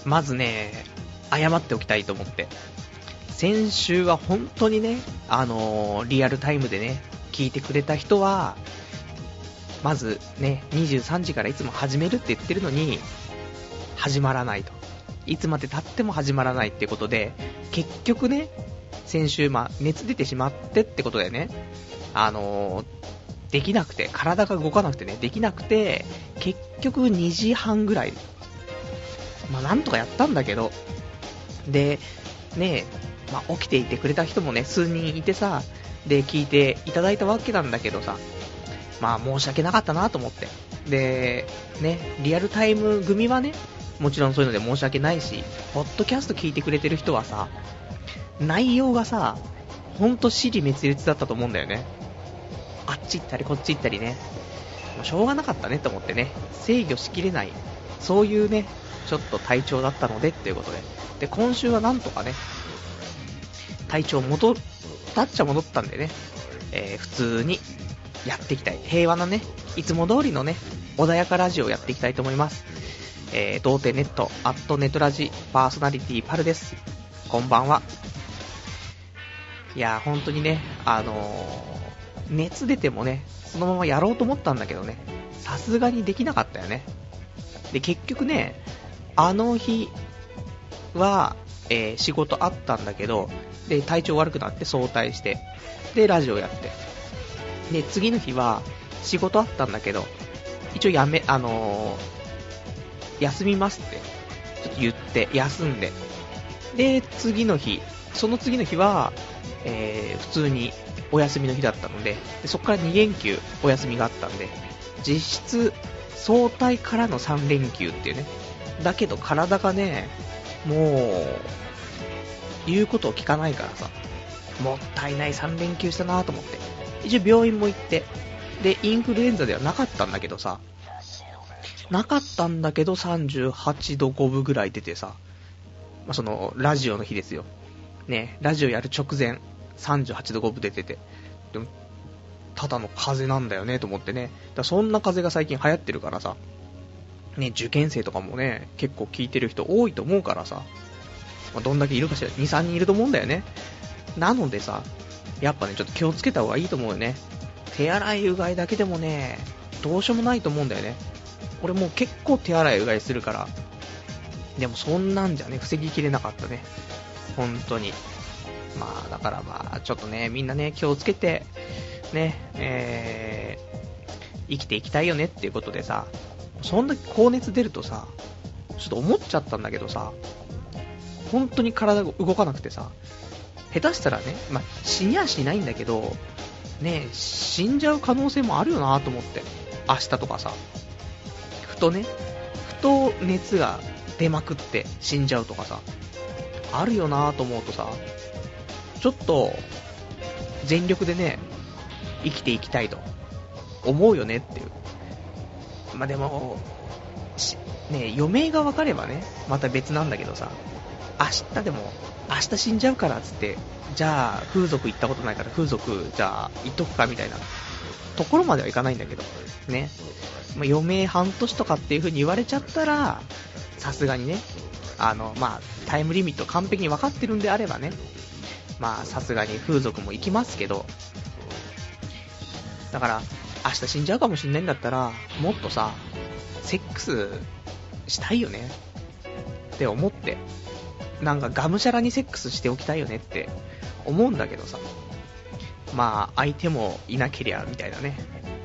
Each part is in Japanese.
まずね、謝っておきたいと思って。先週は本当にね、リアルタイムでね、聞いてくれた人は、まずね、23時からいつも始めるって言ってるのに、始まらないと。いつまで経っても始まらないってことで、結局ね、先週、熱出てしまってってことでね、できなくて、体が動かなくてね、できなくて、結局2時半ぐらい、なんとかやったんだけど、で、ね、起きていてくれた人もね、数人いてさ、で、聞いていただいたわけなんだけどさ、申し訳なかったなと思って。で、ね、リアルタイム組はね、もちろんそういうので申し訳ないし、ポッドキャスト聞いてくれてる人はさ、内容がさ、ほんと支離滅裂だったと思うんだよね。あっち行ったりこっち行ったりね、しょうがなかったねと思ってね、制御しきれない、そういうね、ちょっと体調だったのでっていうことで、で、今週はなんとかね、体調戻ったっちゃ戻ったんでね、普通にやっていきたい。平和なね、いつも通りのね、穏やかラジオをやっていきたいと思います。童貞ネット、ネトラジ、パーソナリティパルです。こんばんは。いや、本当にね、熱出てもね、そのままやろうと思ったんだけどね、さすがにできなかったよね。で、結局ね、あの日は、仕事あったんだけど、で、体調悪くなって早退して、で、ラジオやって、で、次の日は仕事あったんだけど、一応休みますってちょっと言って休んで、で、その次の日は、普通にお休みの日だったので、そこから2連休お休みがあったんで、実質早退からの3連休っていうね。だけど体がね、もう言うことを聞かないからさ、もったいない3連休したなと思って、一応病院も行って、でインフルエンザではなかったんだけど38度5分ぐらい出てさ、そのラジオの日ですよね、ラジオやる直前38度5分出てて、でもただの風邪なんだよねと思ってね。そんな風邪が最近流行ってるからさね、受験生とかもね結構聞いてる人多いと思うからさ、どんだけいるかしら、 2,3 人いると思うんだよね。なのでさ、やっぱねちょっと気をつけた方がいいと思うよね。手洗いうがいだけでもねどうしようもないと思うんだよね。俺もう結構手洗いうがいするから、でもそんなんじゃね防ぎきれなかったね、本当に。だからちょっとねみんなね気をつけてね、生きていきたいよねっていうことでさ、そんだけ高熱出るとさ、ちょっと思っちゃったんだけどさ、本当に体が動かなくてさ、下手したらね、死にはしないんだけどね、死んじゃう可能性もあるよなと思って、明日とかさ、ふと熱が出まくって死んじゃうとかさ、あるよなと思うとさ、ちょっと全力でね生きていきたいと思うよねっていう。でもね、余命が分かればねまた別なんだけどさ、明日死んじゃうからっつって、じゃあ風俗行ったことないから風俗じゃあ行っとくかみたいなところまではいかないんだけどね、余命半年とかっていう風に言われちゃったら、さすがにね、タイムリミット完璧に分かってるんであればね、さすがに風俗も行きますけど、だから明日死んじゃうかもしんないんだったら、もっとさセックスしたいよねって思って、なんかがむしゃらにセックスしておきたいよねって思うんだけどさ、相手もいなけりゃみたいなね、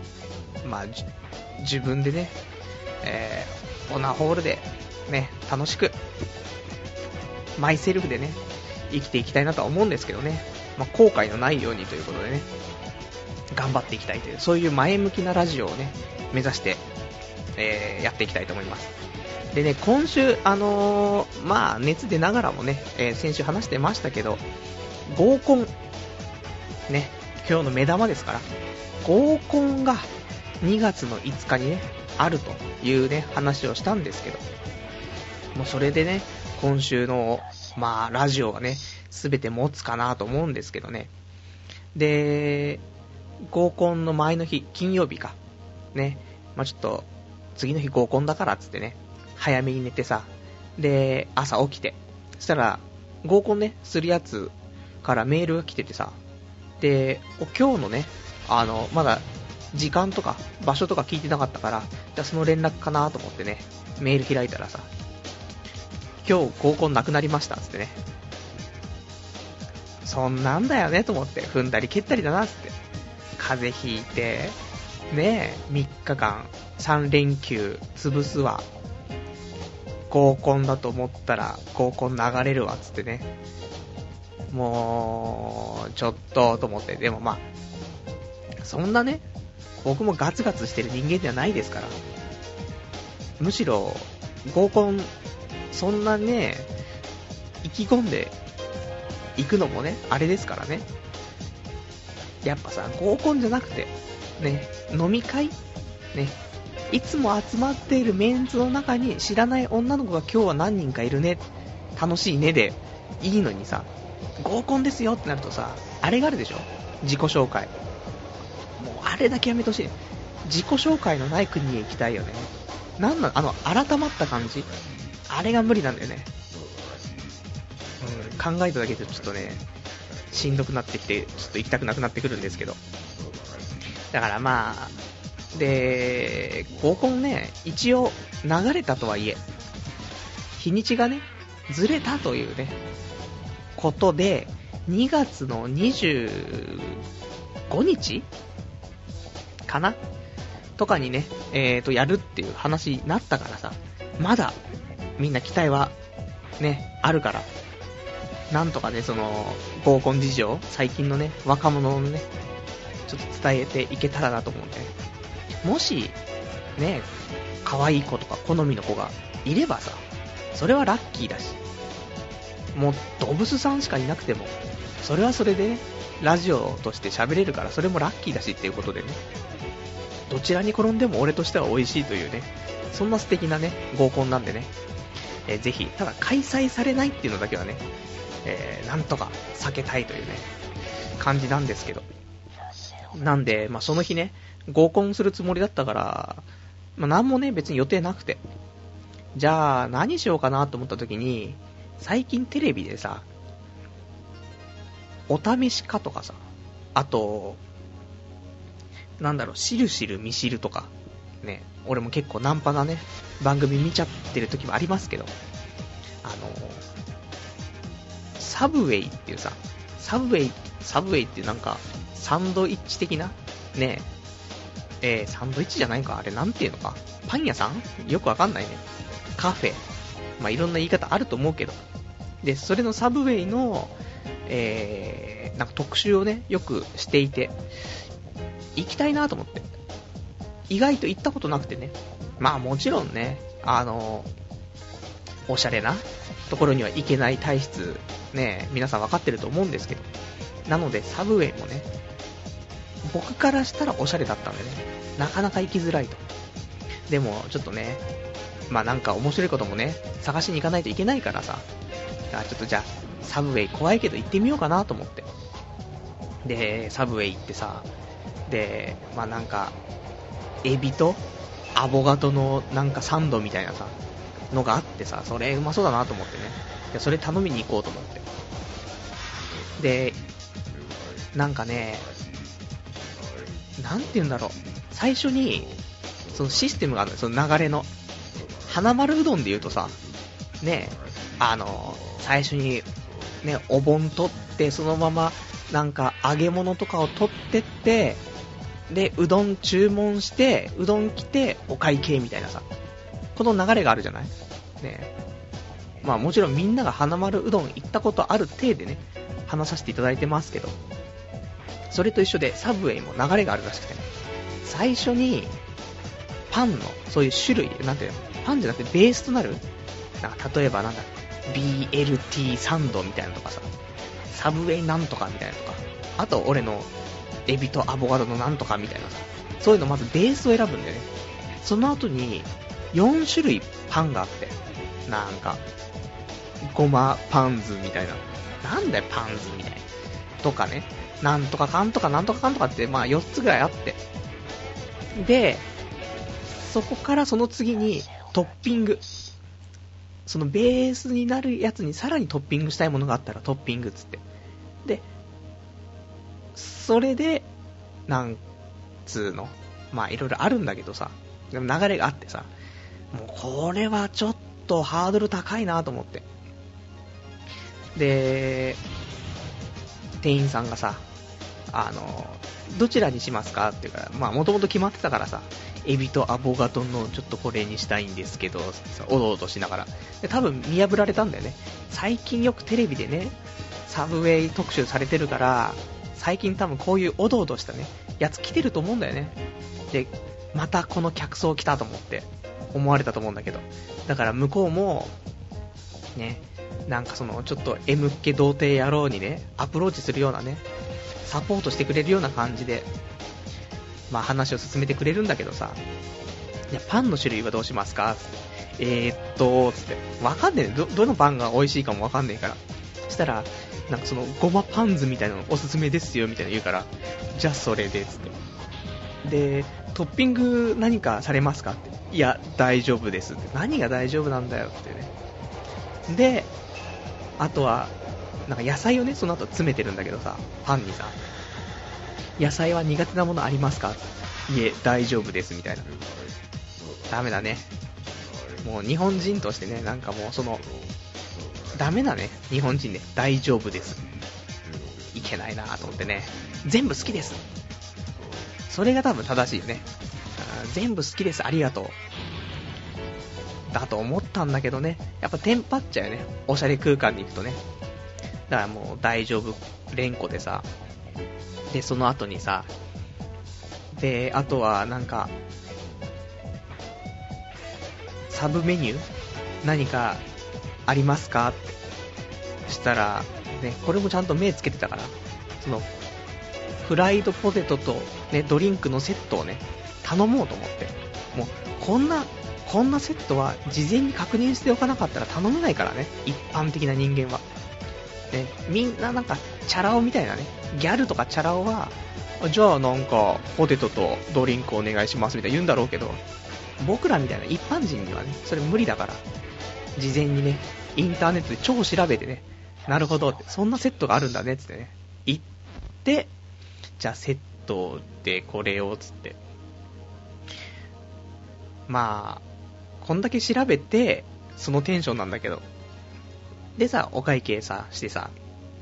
自分でね、オナホールでね楽しくマイセルフでね生きていきたいなとは思うんですけどね、後悔のないようにということでね頑張っていきたいという、そういう前向きなラジオをね目指して、やっていきたいと思います。でね、今週熱出ながらもね、先週話してましたけど、合コンね、今日の目玉ですから、合コンが2月の5日にねあるというね話をしたんですけど、もうそれでね今週のラジオがね全て持つかなと思うんですけどね。で、合コンの前の日、金曜日かね、ちょっと次の日合コンだからっつってね早めに寝てさ、 で、朝起きて、そしたら合コンねするやつからメールが来ててさ、で、今日のね、まだ時間とか場所とか聞いてなかったから、じゃあその連絡かなと思ってね、メール開いたらさ、今日合コンなくなりましたっつってね、そんなんだよねと思って、踏んだり蹴ったりだなっつって、風邪ひいてねえ、3日間3連休潰すわ、合コンだと思ったら合コン流れるわっつってね、もうちょっとと思って。でもまあそんなね、僕もガツガツしてる人間ではないですから、むしろ合コンそんなね意気込んで行くのもねあれですからね。やっぱさ、合コンじゃなくてね、飲み会ね、いつも集まっているメンツの中に知らない女の子が今日は何人かいるね、楽しいねでいいのにさ、合コンですよってなるとさ、あれがあるでしょ、自己紹介。もうあれだけやめてほしい。自己紹介のない国へ行きたいよね。なんなん改まった感じ、あれが無理なんだよね。考えただけでちょっとねしんどくなってきて、ちょっと行きたくなくなってくるんですけど。だからまあで、合コンね、一応流れたとはいえ日にちがねずれたというねことで、2月の25日かなとかにね、やるっていう話になったからさ、まだみんな期待はねあるから、なんとかね、その合コン事情、最近のね若者のねちょっと伝えていけたらなと思うんで、もしね可愛い子とか好みの子がいればさ、それはラッキーだし、もうドブスさんしかいなくてもそれはそれで、ね、ラジオとして喋れるから、それもラッキーだしっていうことでね、どちらに転んでも俺としては美味しいというね、そんな素敵なね合コンなんでね、ぜひ、ただ開催されないっていうのだけはね、なんとか避けたいというね感じなんですけど、なんで、まあ、その日ね合コンするつもりだったから、まあ、なんもね別に予定なくて、じゃあ何しようかなと思った時に、最近テレビでさ、お試しかとかさ、あとなんだろう、しるしるみしるとかね、俺も結構ナンパなね番組見ちゃってる時もありますけど、サブウェイっていうさ、サブウェイってなんかサンドイッチ的なね、サンドイッチじゃないか、あれなんていうのか、パン屋さんよくわかんないね、カフェ、まあいろんな言い方あると思うけど、でそれのサブウェイのなんか特集をねよくしていて、行きたいなと思って、意外と行ったことなくてね、まあもちろんねおしゃれなところには行けない体質ね、皆さん分かってると思うんですけど、なのでサブウェイもね、僕からしたらおしゃれだったんでね、なかなか行きづらいと。でもちょっとね、まあなんか面白いこともね探しに行かないといけないからさ、ちょっとじゃあサブウェイ怖いけど行ってみようかなと思って、でサブウェイ行ってさ、でまあなんかエビとアボカドのなんかサンドみたいなさのがあってさ、それうまそうだなと思ってね、でそれ頼みに行こうと思って、でなんかね、なんて言うんだろう、最初にそのシステムがあるの、その流れの花丸うどんで言うとさね、最初にねお盆取って、そのままなんか揚げ物とかを取ってって、でうどん注文して、うどん来てお会計みたいなさ、この流れがあるじゃないね。まあもちろんみんなが花丸うどん行ったことある体でね話させていただいてますけど、それと一緒でサブウェイも流れがあるらしくてね、最初にパンのそういう種類、なんていうの、パンじゃなくてベースとなる、なんか例えばなんだ BLT サンドみたいなのとかさ、サブウェイなんとかみたいなとか、あと俺のエビとアボカドのなんとかみたいなさ、そういうのまずベースを選ぶんだよね。その後に4種類パンがあって、なんかごまパンズみたいな、なんだよパンズみたいなとかね、なんとかかんとかなんとかかんとかって、まあ4つぐらいあって、でそこからその次にトッピング、 そのベースになるやつにさらにトッピングしたいものがあったらトッピングっつって。で、それで、なんつうの、まあいろいろあるんだけどさ、でも流れがあってさ、もうこれはちょっとハードル高いなと思って。で、店員さんがさ、どちらにしますかっていうから、まあもともと決まってたからさ、エビとアボカドのちょっとこれにしたいんですけど、おどおどしながら。で、多分見破られたんだよね。最近よくテレビでね、サブウェイ特集されてるから、最近多分こういうおどおどしたね、やつ来てると思うんだよね。で、またこの客層来たと思って思われたと思うんだけど。だから向こうも、ね、なんかそのちょっと M っ気童貞野郎にね、アプローチするようなね、サポートしてくれるような感じで、まあ話を進めてくれるんだけどさ、いやパンの種類はどうしますかつって、つって、わかんねえ、どのパンが美味しいかもわかんねえから。そしたら、なんかそのごまパンズみたいなのおすすめですよみたいな言うから、じゃあそれでつって。で、トッピング何かされますかって。いや、大丈夫ですって。何が大丈夫なんだよってね。で、あとは、なんか野菜をね、その後詰めてるんだけどさ、パンにさ、野菜は苦手なものありますか？いえ、大丈夫ですみたいな。ダメだね。もう日本人としてね、なんかもうその、ダメだね、日本人ね、大丈夫です。いけないなと思ってね、全部好きです。それが多分正しいよね。全部好きです、ありがとう。だと思ったんだけどね、やっぱテンパっちゃうよね、おしゃれ空間に行くとね。だからもう大丈夫連呼でさ、でその後にさ、であとはなんかサブメニュー何かありますかってしたらね、これもちゃんと目つけてたから、そのフライドポテトとねドリンクのセットをね頼もうと思って、もうこんなセットは事前に確認しておかなかったら頼めないからね、一般的な人間はね。みんななんかチャラ男みたいなね、ギャルとかチャラ男はじゃあなんかポテトとドリンクお願いしますみたいな言うんだろうけど、僕らみたいな一般人にはねそれ無理だから、事前にねインターネットで超調べてね、なるほどって、そんなセットがあるんだねっつってね言って、じゃあセットでこれをつって、まあこんだけ調べてそのテンションなんだけど、でさお会計さしてさ、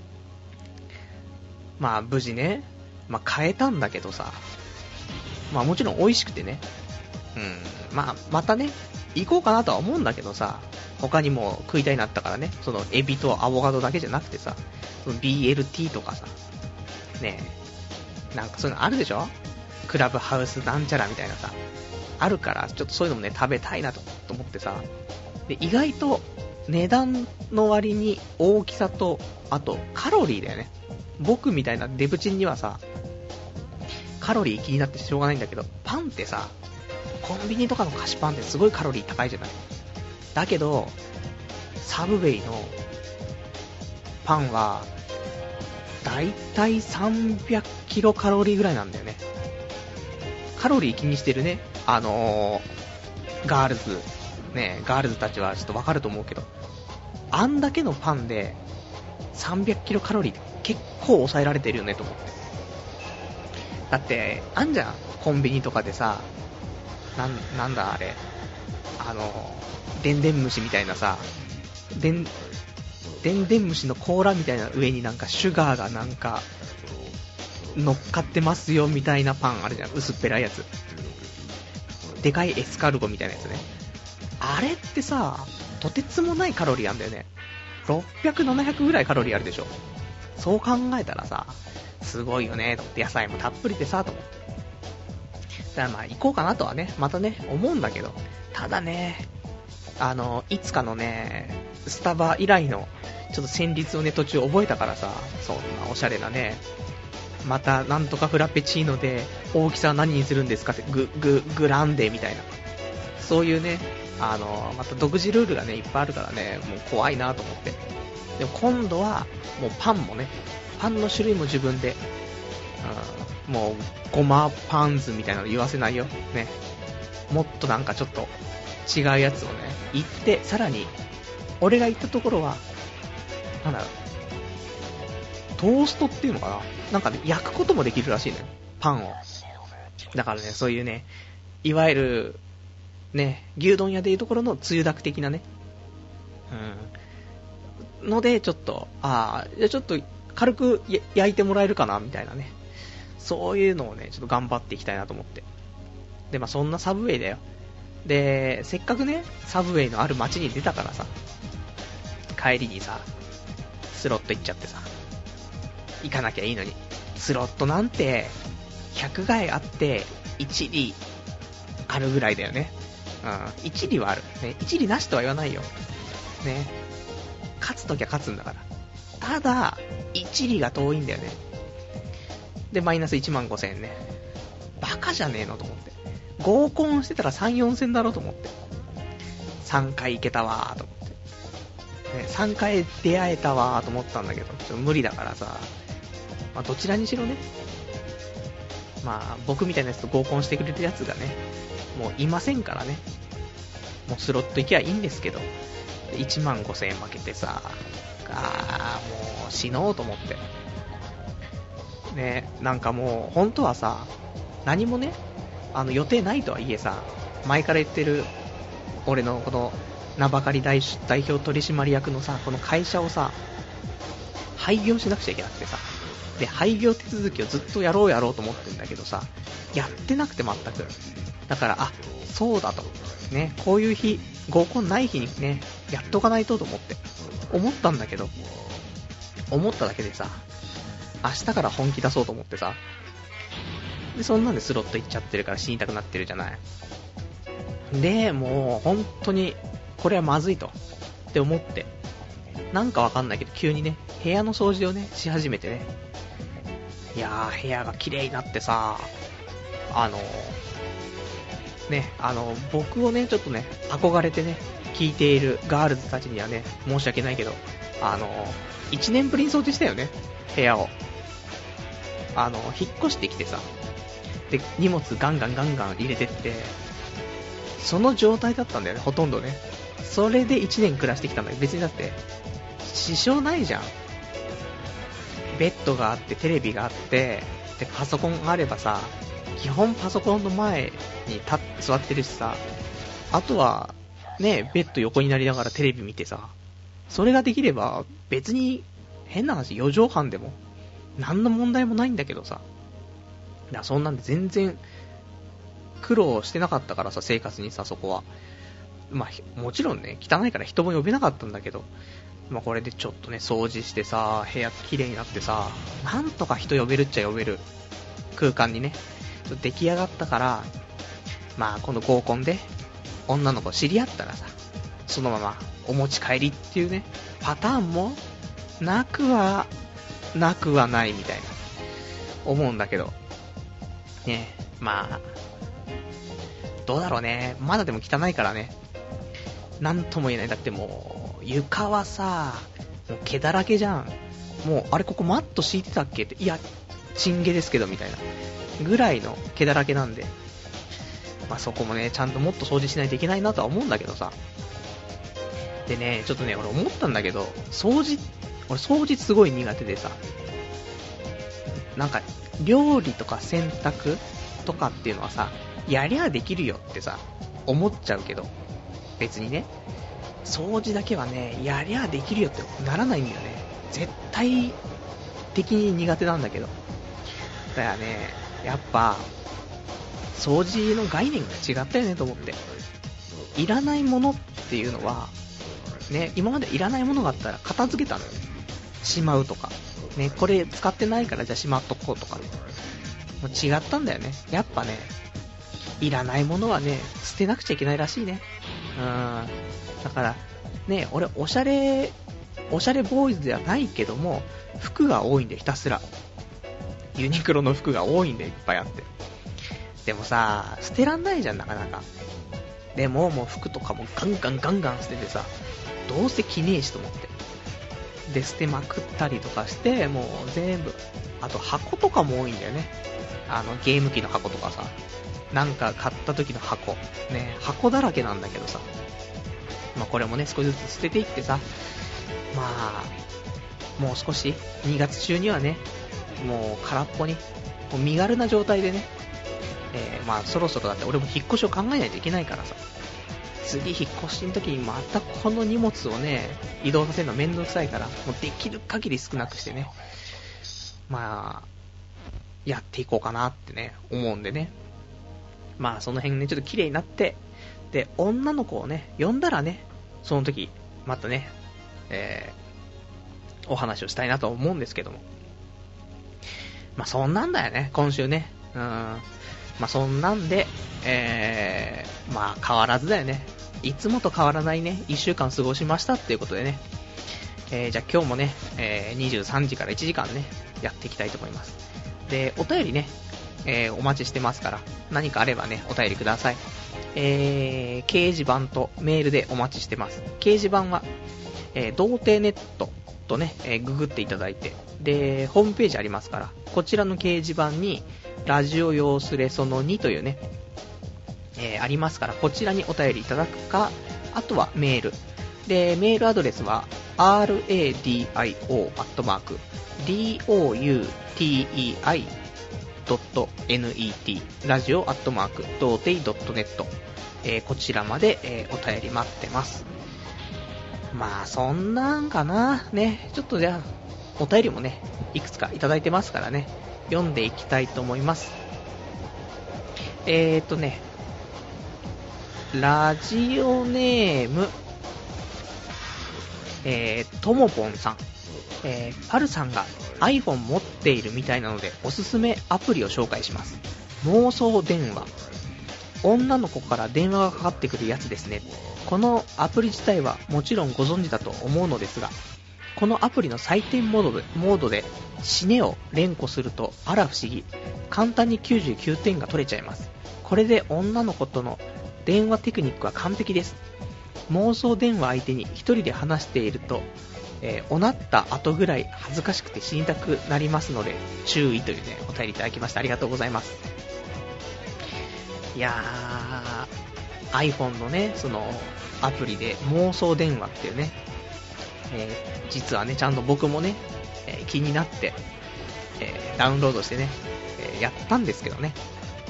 まあ無事ね、まあ買えたんだけどさ、まあもちろん美味しくてね、まあまたね行こうかなとは思うんだけどさ、他にも食いたいなったからね、そのエビとアボカドだけじゃなくてさ、その BLT とかさねえ、なんかそういうのあるでしょ、クラブハウスなんちゃらみたいなさあるから、ちょっとそういうのもね食べたいなと思ってさ、で意外と値段の割に大きさとあとカロリーだよね。僕みたいなデブチンにはさカロリー気になってしょうがないんだけど、パンってさ、コンビニとかの菓子パンってすごいカロリー高いじゃない。だけどサブウェイのパンはだいたい300キロカロリーぐらいなんだよね。カロリー気にしてるね、ガールズたちはちょっとわかると思うけど、あんだけのパンで300キロカロリーって結構抑えられてるよねと思って。だってあんじゃん、コンビニとかでさ、なんだあれ、でんでん虫みたいなさ、でんでん虫の甲羅みたいな上になんかシュガーがなんか乗っかってますよみたいなパンあるじゃん、薄っぺらいやつ、でかいエスカルゴみたいなやつね。あれってさ、とてつもないカロリーあんだよね。600、700ぐらいカロリーあるでしょ。そう考えたらさ、すごいよねと思って、野菜もたっぷりでさと思って。だからまあ行こうかなとはね、またね思うんだけど、ただね、いつかのねスタバ以来のちょっと旋律をね途中覚えたからさ、そんなおしゃれなね、またなんとかフラペチーノで大きさは何にするんですかってグランデみたいな、そういうねまた独自ルールがねいっぱいあるからね、もう怖いなと思って。でも今度はもうパンもね、パンの種類も自分で、もうごまパンズみたいなの言わせないよね。もっとなんかちょっと違うやつをね言って、さらに俺が行ったところは、なんだろう、トーストっていうのかな、なんかね、焼くこともできるらしいのよ、パンを。だからね、そういうね、いわゆる、ね、牛丼屋でいうところのつゆだく的なね、ので、ちょっと、じゃあちょっと軽く焼いてもらえるかな、みたいなね。そういうのをね、ちょっと頑張っていきたいなと思って。で、まあそんなサブウェイだよ。で、せっかくね、サブウェイのある街に出たからさ、帰りにさ、スロット行っちゃってさ、行かなきゃいいのに。スロットなんて、100害あって、1里あるぐらいだよね。1里はある。ね、1里なしとは言わないよ。ね。勝つときは勝つんだから。ただ、1里が遠いんだよね。で、マイナス15,000円ね。バカじゃねえのと思って。合コンしてたら3、4戦だろうと思って。3回行けたわーと思って。ね、3回出会えたわーと思ったんだけど、ちょっと無理だからさ。まあ、どちらにしろね。まあ、僕みたいなやつと合コンしてくれるやつがね、もういませんからね。もうスロット行きゃいいんですけど、15,000円負けてさ、もう死のうと思って。ね、なんかもう、本当はさ、何もね、予定ないとはいえさ、前から言ってる、俺のこの、名ばかり代表取締役のさ、この会社をさ、廃業しなくちゃいけなくてさ、で、廃業手続きをずっとやろうと思ってんだけどさ、やってなくて全く。だから、そうだと。ね、こういう日、合コンない日にね、やっとかないとと思って。思ったんだけど、思っただけでさ、明日から本気出そうと思ってさ、で、そんなんでスロット行っちゃってるから死にたくなってるじゃない。で、もう、本当に、これはまずいと。って思って、なんかわかんないけど、急にね、部屋の掃除をね、し始めてね。いやー、部屋が綺麗になってさ、僕をね、ちょっとね、憧れてね、聞いているガールズたちにはね、申し訳ないけど、1年ぶりに掃除したよね、部屋を。引っ越してきてさ、で、荷物ガンガン入れてって、その状態だったんだよね、ほとんどね。それで1年暮らしてきたんだけど、別にだって、支障ないじゃん。ベッドがあって、テレビがあって、で、パソコンがあればさ、基本パソコンの前に座ってるしさ、あとは、ね、ベッド横になりながらテレビ見てさ、それができれば、別に、変な話、4畳半でも、何の問題もないんだけどさ、そんなんで全然、苦労してなかったからさ、生活にさ、そこは。まあ、もちろんね、汚いから人も呼べなかったんだけど、まあ、これでちょっとね、掃除してさ、部屋綺麗になってさ、なんとか人呼べるっちゃ呼べる空間にね、ちょっと出来上がったから、まあ、この合コンで、女の子知り合ったらさ、そのままお持ち帰りっていうね、パターンも、なくはないみたいな、思うんだけど、ね、まあ、どうだろうね、まだでも汚いからね、なんとも言えない。だってもう、床はさ、もう毛だらけじゃん。もう、あれここマット敷いてたっけって、いや、チンゲですけど、みたいな。ぐらいの毛だらけなんで。まあそこもね、ちゃんともっと掃除しないといけないなとは思うんだけどさ。でね、ちょっとね、俺思ったんだけど、俺掃除すごい苦手でさ。なんか、料理とか洗濯とかっていうのはさ、やりゃできるよってさ、思っちゃうけど、別にね、掃除だけはね、やりゃできるよってならないんだよね。絶対的に苦手なんだけど。だからね、やっぱ、掃除の概念が違ったよねと思って。いらないものっていうのは、ね、今までいらないものがあったら片付けたのよ。しまうとか。ね、これ使ってないからじゃあしまっとこうとかね。もう違ったんだよね。やっぱね、いらないものはね、捨てなくちゃいけないらしいね。だから、ね、俺、おしゃれボーイズではないけども、服が多いんで、ひたすら。ユニクロの服が多いんで、いっぱいあって。でもさ、捨てらんないじゃん、なかなか。でも、もう服とかもガンガン捨ててさ、どうせ着ねえしと思って。で、捨てまくったりとかして、もう全部。あと、箱とかも多いんだよね。ゲーム機の箱とかさ。なんか買った時の箱。ね、箱だらけなんだけどさ。 まあこれもね、少しずつ捨てていってさ、まあ、もう少し、2月中にはね、もう空っぽに、もう身軽な状態でね、まあそろそろだって俺も引っ越しを考えないといけないからさ、次引っ越しの時にまたこの荷物をね、移動させるのめんどくさいから、もうできる限り少なくしてね、まあ、やっていこうかなってね、思うんでね。まあその辺ね、ちょっと綺麗になって、で、女の子をね、呼んだらね、その時、またね、お話をしたいなと思うんですけども。まあそんなんだよね、今週ね。まあそんなんで、まあ変わらずだよね。いつもと変わらないね、1週間過ごしましたっていうことでね。じゃあ今日もね、23時から1時間ね、やっていきたいと思います。で、お便りね、お待ちしてますから、何かあればね、お便りください。掲示板とメールでお待ちしてます。掲示板は、童貞ネットとね、ググっていただいて、で、ホームページありますから、こちらの掲示板に、ラジオ用スレその2というね、ありますから、こちらにお便りいただくか、あとはメール。で、メールアドレスは、radio.doutei.net ラジオ.doutei.net、こちらまで、お便り待ってます。まあそんなんかなね。ちょっとじゃあお便りもね、いくつかいただいてますからね、読んでいきたいと思います。ラジオネームともぽんさん、パルさんが iPhone 持っているみたいなのでおすすめアプリを紹介します。妄想電話。女の子から電話がかかってくるやつですね。このアプリ自体はもちろんご存知だと思うのですが、このアプリの採点モードで死ねを連呼するとあら不思議、簡単に99点が取れちゃいます。これで女の子との電話テクニックは完璧です。妄想電話相手に一人で話していると、おなった後ぐらい恥ずかしくて死にたくなりますので注意というね、お便りいただきました。ありがとうございます。いやー、iPhone のね、そのアプリで妄想電話っていうね、実はね、ちゃんと僕もね、気になって、ダウンロードしてね、やったんですけどね。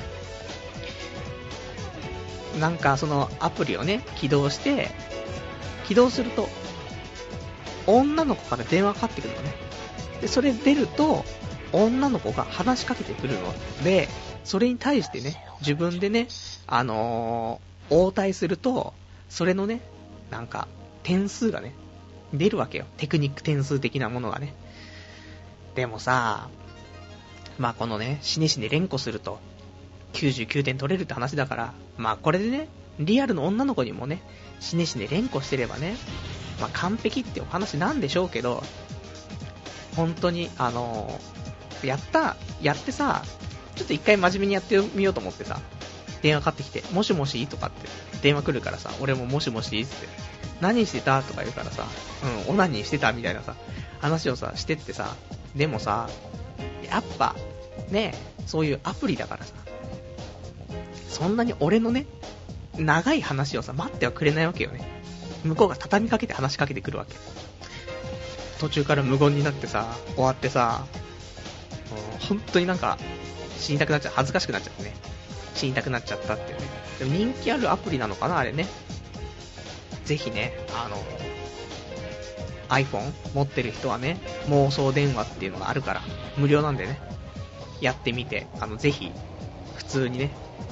なんかそのアプリをね、起動すると女の子から電話かかってくるのね。でそれ出ると女の子が話しかけてくるので、それに対してね、自分でね、応対すると、それのね、なんか点数がね出るわけよ。テクニック点数的なものがね。でもさ、まあこのね、死ね死ね連呼すると99点取れるって話だから、まあこれでね、リアルの女の子にもね、死ね死ね連呼してればね、まあ完璧ってお話なんでしょうけど、本当にやってさ、ちょっと一回真面目にやってみようと思ってさ、電話かかってきて、もしもしとかって電話来るからさ、俺ももしもしって、何してたとか言うからさ、オナニーしてたみたいなさ、話をさ、してってさ、でもさ、やっぱ、ね、そういうアプリだからさ、そんなに俺のね、長い話をさ、待ってはくれないわけよね。向こうが畳みかけて話しかけてくるわけ。途中から無言になってさ、終わってさ、本当になんか、死にたくなっちゃう、恥ずかしくなっちゃってね。死にたくなっちゃったっていうね。でも人気あるアプリなのかな、あれね。ぜひね、iPhone 持ってる人はね、妄想電話っていうのがあるから、無料なんでね、やってみて、ぜひ、普通にね、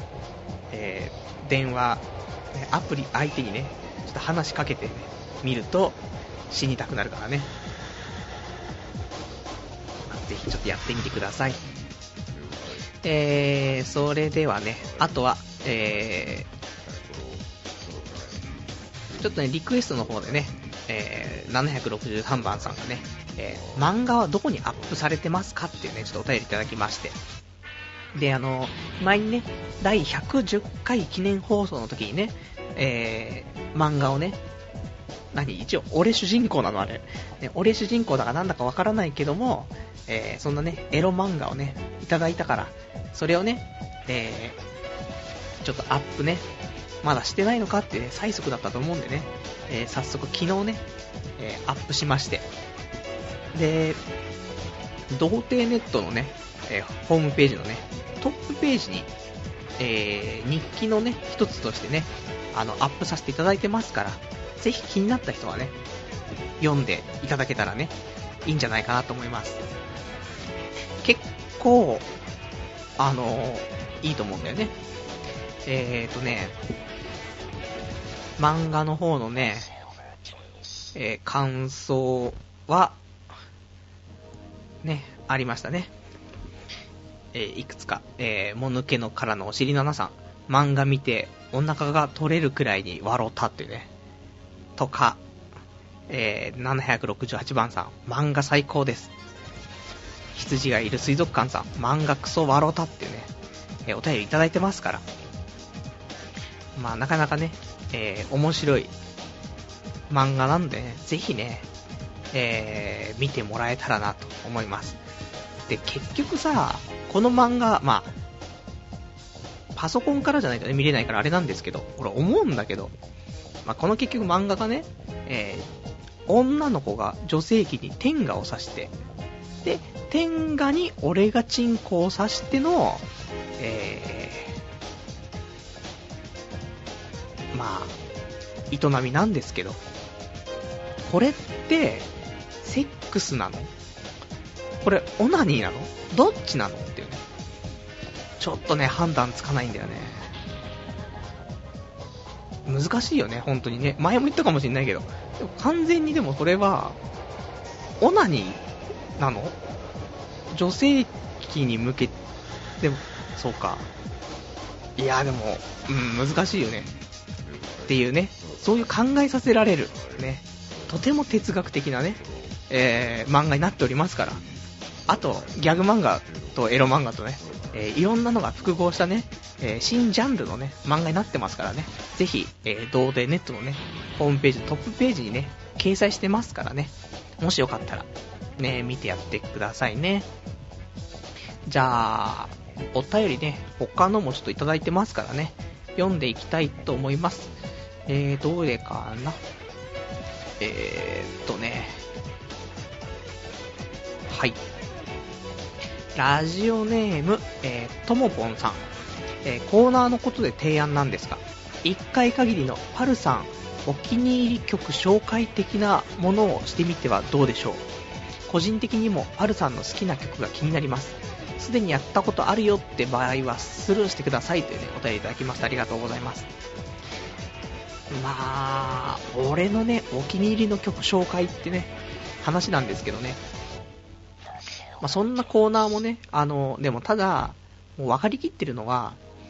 電話、アプリ相手にね、ちょっと話しかけてみると、死にたくなるからね。ぜひちょっとやってみてください。それではね、あとは、ちょっとね、リクエストの方でね、763番さんがね、漫画はどこにアップされてますかっていうね、ちょっとお便りいただきまして。で、前にね、第110回記念放送の時にね、漫画をね、一応、俺主人公なのあれ。ね、俺主人公だかなんだかわからないけども、そんなね、エロ漫画をね、いただいたから、それをね、ちょっとアップね、 まだしてないのかって、ね、催促だったと思うんでね、早速昨日ね、アップしまして、で、童貞ネットのね、ホームページのね、トップページに、日記のね、一つとしてね、アップさせていただいてますから、ぜひ気になった人はね、読んでいただけたらね、いいんじゃないかなと思います。結構、いいと思うんだよね。漫画の方のね、感想は、ね、ありましたね。いくつか、もぬけの殻のお尻のなさん、漫画見てお腹が取れるくらいに笑ったっていうね、とか、768番さん、漫画最高です。羊がいる水族館さん、漫画クソ笑ったっていうね、お便りいただいてますから、まあなかなかね、面白い漫画なんでね、ぜひね、見てもらえたらなと思います。で、結局さ、この漫画、まあパソコンからじゃないとね見れないからあれなんですけど、俺思うんだけど、まあ、この結局漫画がね、女の子が女性器に天下を刺して、で天下に俺がチンコを刺しての、まあ営みなんですけど、これってセックスなの？これオナニーなの？どっちなのっていうね、ちょっとね判断つかないんだよね。難しいよね本当にね。前も言ったかもしれないけど、でも完全にでもそれはオナニーなの？女性器に向け、でもそうか、いやでも、難しいよねっていうね、そういう考えさせられるね、とても哲学的なね、漫画になっておりますから。あとギャグ漫画とエロ漫画とね、いろんなのが複合したね、新ジャンルのね漫画になってますからね、ぜひ、童貞ネットのねホームページトップページにね掲載してますからね、もしよかったらね見てやってくださいね。じゃあお便りね他のもちょっといただいてますからね、読んでいきたいと思います。どれかな、はい、ラジオネーム、ともぽんさん、コーナーのことで提案なんですが、1回限りのパルさんお気に入り曲紹介的なものをしてみてはどうでしょう。個人的にもパルさんの好きな曲が気になります。すでにやったことあるよって場合はスルーしてくださいというねお便りいただきました。ありがとうございます。まあ俺のねお気に入りの曲紹介ってね話なんですけどね、まあ、そんなコーナーもね、でもただもう分かりきってるのは、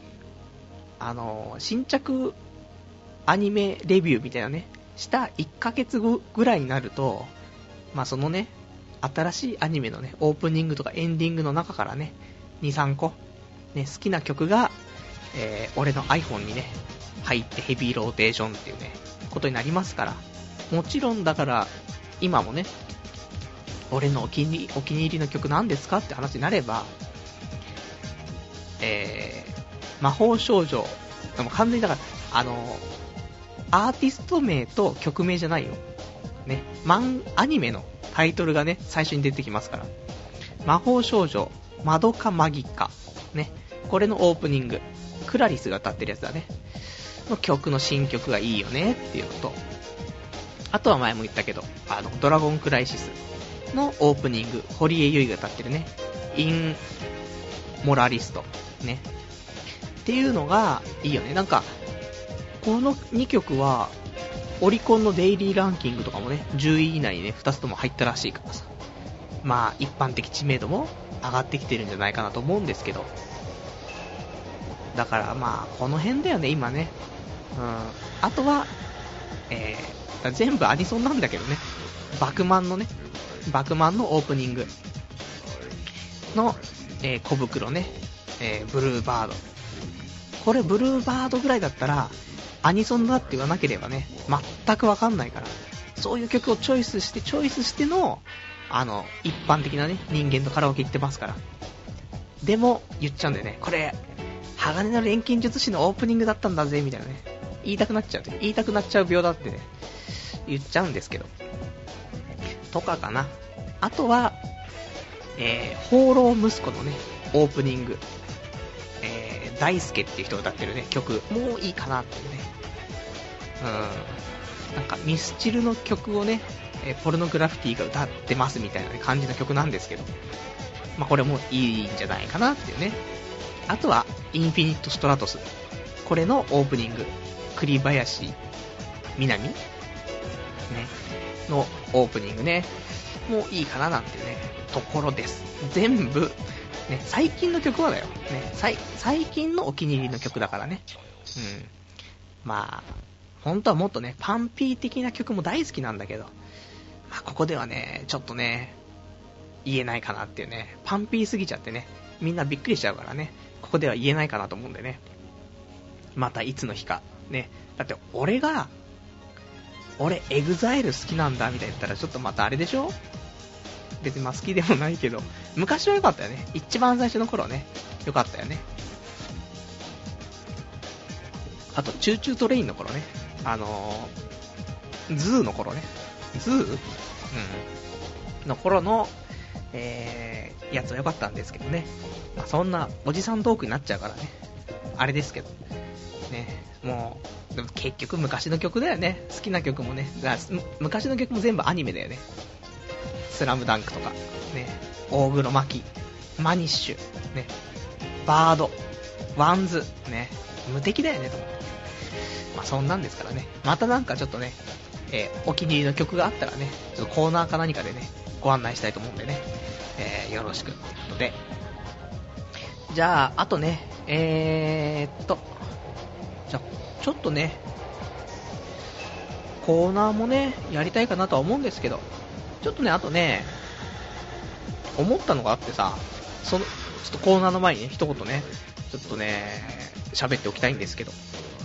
新着アニメレビューみたいなねした1ヶ月後ぐらいになると、まあそのね新しいアニメのねオープニングとかエンディングの中からね 2,3 個ね好きな曲が、俺の iPhone にね入ってヘビーローテーションっていうねことになりますから、もちろんだから今もね俺のお気に入りの曲なんですかって話になれば、魔法少女、でも完全にだからアーティスト名と曲名じゃないよね、アニメのタイトルがね最初に出てきますから、魔法少女まどかマギカね、これのオープニング、クラリスが歌ってるやつだねの曲の新曲がいいよねっていうのと、あとは前も言ったけどドラゴンクライシスのオープニング、堀江由衣が歌ってるねインモラリストねっていうのがいいよね。なんかこの2曲はオリコンのデイリーランキングとかもね10位以内にね2つとも入ったらしいからさ、まあ一般的知名度も上がってきてるんじゃないかなと思うんですけど、だからまあこの辺だよね今ね。あとは、全部アニソンなんだけどね、バクマンのオープニングの、小袋ね、ブルーバード、これブルーバードぐらいだったらアニソンだって言わなければね全くわかんないから、そういう曲をチョイスしての一般的なね人間とカラオケ行ってますから。でも言っちゃうんだよね、これ鋼の錬金術師のオープニングだったんだぜみたいなね、 言いたくなっちゃう病だってね、言っちゃうんですけど。とかかな。あとは、放浪息子のね、オープニング。大輔っていう人が歌ってるね、曲、もういいかなっていうね。なんかミスチルの曲をね、ポルノグラフィティが歌ってますみたいな、ね、感じの曲なんですけど、まあ、これもいいんじゃないかなっていうね。あとはインフィニットストラトス、これのオープニング、栗林みなみねのオープニングね、もういいかななんていうねところです。全部ね、最近の曲はだよね、最近のお気に入りの曲だからね。まあ本当はもっとね、パンピー的な曲も大好きなんだけど、まあ、ここではね、ちょっとね、言えないかなっていうね、パンピーすぎちゃってね、みんなびっくりしちゃうからね、ここでは言えないかなと思うんでね、またいつの日か、ね、だって俺エグザイル好きなんだみたいに言ったらちょっとまたあれでしょ。別にまあ好きでもないけど、昔は良かったよね、一番最初の頃ね、良かったよね。あとチューチュートレインの頃ね、ズーの頃ね、ズー、の頃の、やつは良かったんですけどね。まあ、そんなおじさんトークになっちゃうからね、あれですけどね。もうでも結局昔の曲だよね。好きな曲もね、昔の曲も全部アニメだよね。スラムダンクとかね、大黒摩季、マニッシュね、バード、ワンズね、無敵だよねと思って。まあそんなんですからね。またなんかちょっとね、お気に入りの曲があったらね、ちょっとコーナーか何かでね、ご案内したいと思うんでね、よろしくってことで。じゃあ、あとね、じゃあ、ちょっとね、コーナーもね、やりたいかなとは思うんですけど、ちょっとね、あとね、思ったのがあってさ、ちょっとコーナーの前にね、一言ね、ちょっとね、喋っておきたいんですけど、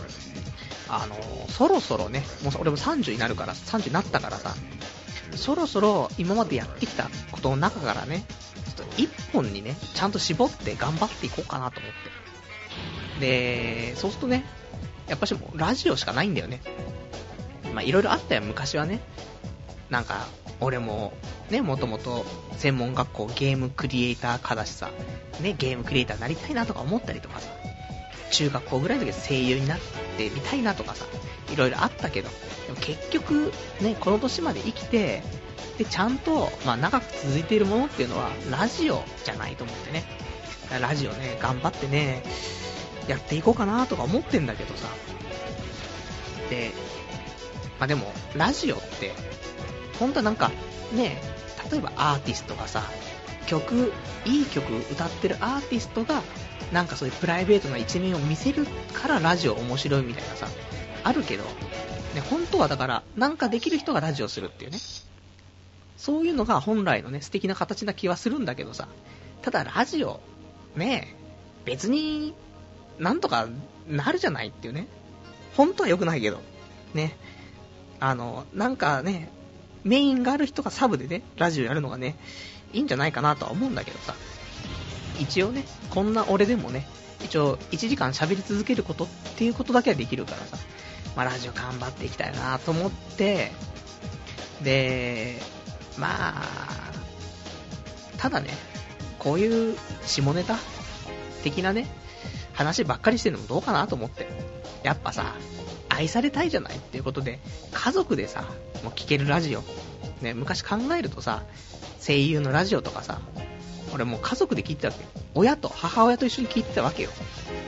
そろそろね、もう俺も30になったからさ、そろそろ今までやってきたことの中からね、ちょっと一本にね、ちゃんと絞って頑張っていこうかなと思って。で、そうするとね、やっぱしもうラジオしかないんだよね。まあいろいろあったよ、昔はね。なんか、俺もね、もともと専門学校ゲームクリエイター科だしさ、ね、ゲームクリエイターになりたいなとか思ったりとかさ、中学校ぐらいの時は声優になってみたいなとかさ、いろいろあったけど、でも結局ね、この年まで生きて、でちゃんと、まあ、長く続いているものっていうのはラジオじゃないと思ってね、ラジオね、頑張ってね、やっていこうかなとか思ってんだけどさ。で、まあでもラジオって本当はなんかね、例えばアーティストがさ、いい曲歌ってるアーティストがなんかそういうプライベートな一面を見せるからラジオ面白いみたいなさ、あるけど、ね、本当はだからなんかできる人がラジオするっていうね、そういうのが本来のね素敵な形な気はするんだけどさ、ただラジオね、別になんとかなるじゃないっていうね、本当は良くないけどね、なんかね、メインがある人がサブでねラジオやるのがねいいんじゃないかなとは思うんだけどさ、一応ね、こんな俺でもね、一応1時間喋り続けることっていうことだけはできるからさ、まあラジオ頑張っていきたいなと思って、で、まあただね、こういう下ネタ的なね話ばっかりしてるのもどうかなと思って、やっぱさ、愛されたいじゃないっていうことで、家族でさ、もう聞けるラジオね、昔考えるとさ、声優のラジオとかさ、俺もう家族で聞いてたわけよ。母親と一緒に聞いてたわけよ。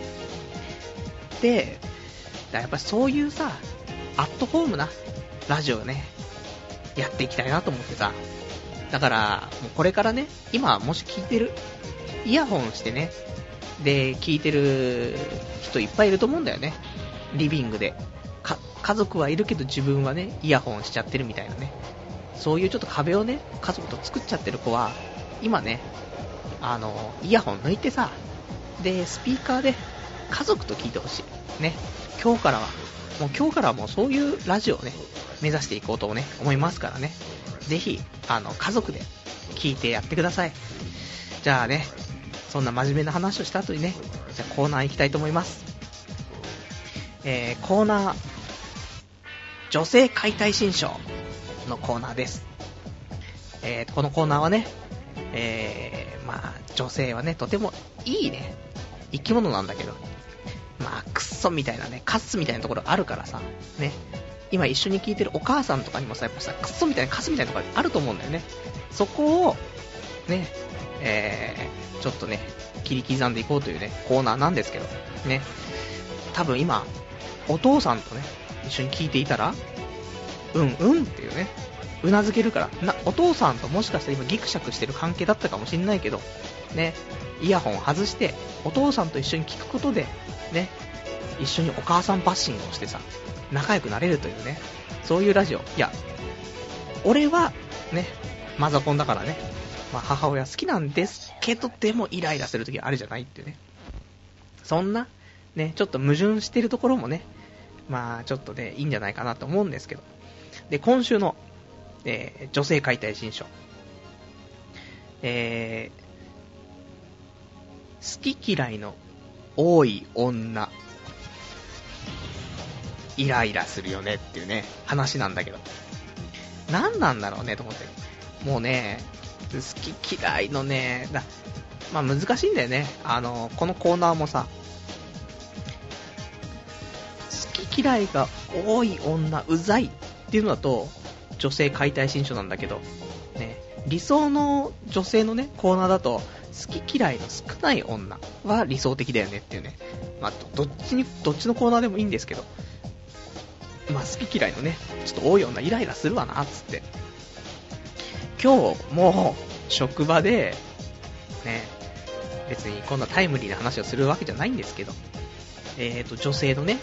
で、やっぱそういうさ、アットホームなラジオをね、やっていきたいなと思ってさ、だからもうこれからね、今もし聞いてる、イヤホンしてね、で聞いてる人いっぱいいると思うんだよね。リビングで家族はいるけど自分はねイヤホンしちゃってるみたいなね、そういうちょっと壁をね家族と作っちゃってる子は今ね、イヤホン抜いてさ、でスピーカーで家族と聞いてほしいね。今日からはもうそういうラジオをね目指していこうとね思いますからね、ぜひ家族で聞いてやってください。じゃあね、そんな真面目な話をした後にね、じゃあコーナー行きたいと思います。 コーナー、女性解体新書のコーナーです。このコーナーはね、まあ女性はねとてもいいね生き物なんだけど、まあクッソみたいなね、カスみたいなところあるからさね、今一緒に聞いてるお母さんとかにもさ、やっぱさ、クッソみたいなカスみたいなところあると思うんだよね。そこをね、ちょっとね切り刻んでいこうというねコーナーなんですけどね。多分今お父さんとね一緒に聞いていたら、うんっていうね、うなずけるからお父さんともしかしたら今ギクシャクしてる関係だったかもしれないけどね、イヤホン外してお父さんと一緒に聞くことでね、一緒にお母さんバッシングをしてさ仲良くなれるというね、そういうラジオ。いや俺はねマザコンだからね、まあ、母親好きなんですけど、でもイライラするときあるじゃないっていうね、そんなねちょっと矛盾してるところもね、まあちょっとねいいんじゃないかなと思うんですけど。で今週の、女性解体新書、好き嫌いの多い女、イライラするよねっていうね話なんだけど、何なんだろうねと思って。もうね好き嫌いのねまあ難しいんだよね。このコーナーもさ、好き嫌いが多い女うざいっていうのだと女性解体新書なんだけどね、理想の女性のねコーナーだと好き嫌いの少ない女は理想的だよねっていうね。まあどっちのコーナーでもいいんですけど、まあ好き嫌いのねちょっと多い女イライラするわなっつって、今日も職場でね、別にこんなタイムリーな話をするわけじゃないんですけど、女性のね、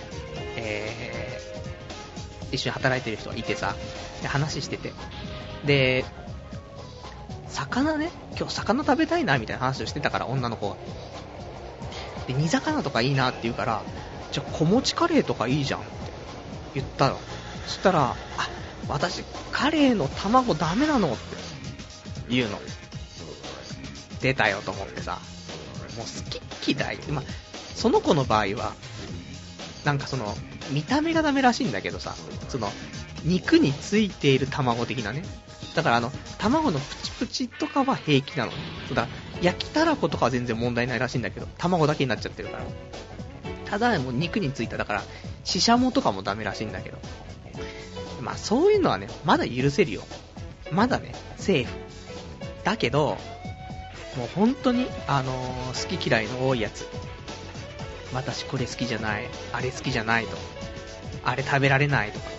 一緒に働いてる人がいてさ、で話してて、で魚ね、今日魚食べたいなみたいな話をしてたから、女の子がで煮魚とかいいなって言うから、じゃあ小餅カレーとかいいじゃんって言ったの。そしたら、私カレーの卵ダメなのって言うの。出たよと思ってさ、もう好き嫌い、まあその子の場合はなんかその見た目がダメらしいんだけどさ、その肉についている卵的なね、だから卵のプチプチとかは平気なの。だから焼きたらことかは全然問題ないらしいんだけど、卵だけになっちゃってるから。ただもう肉についた、だからシシャモとかもダメらしいんだけど、まあそういうのはねまだ許せるよ、まだねセーフだけど、もう本当に好き嫌いの多いやつ、私これ好きじゃない、あれ好きじゃないと、あれ食べられないとか、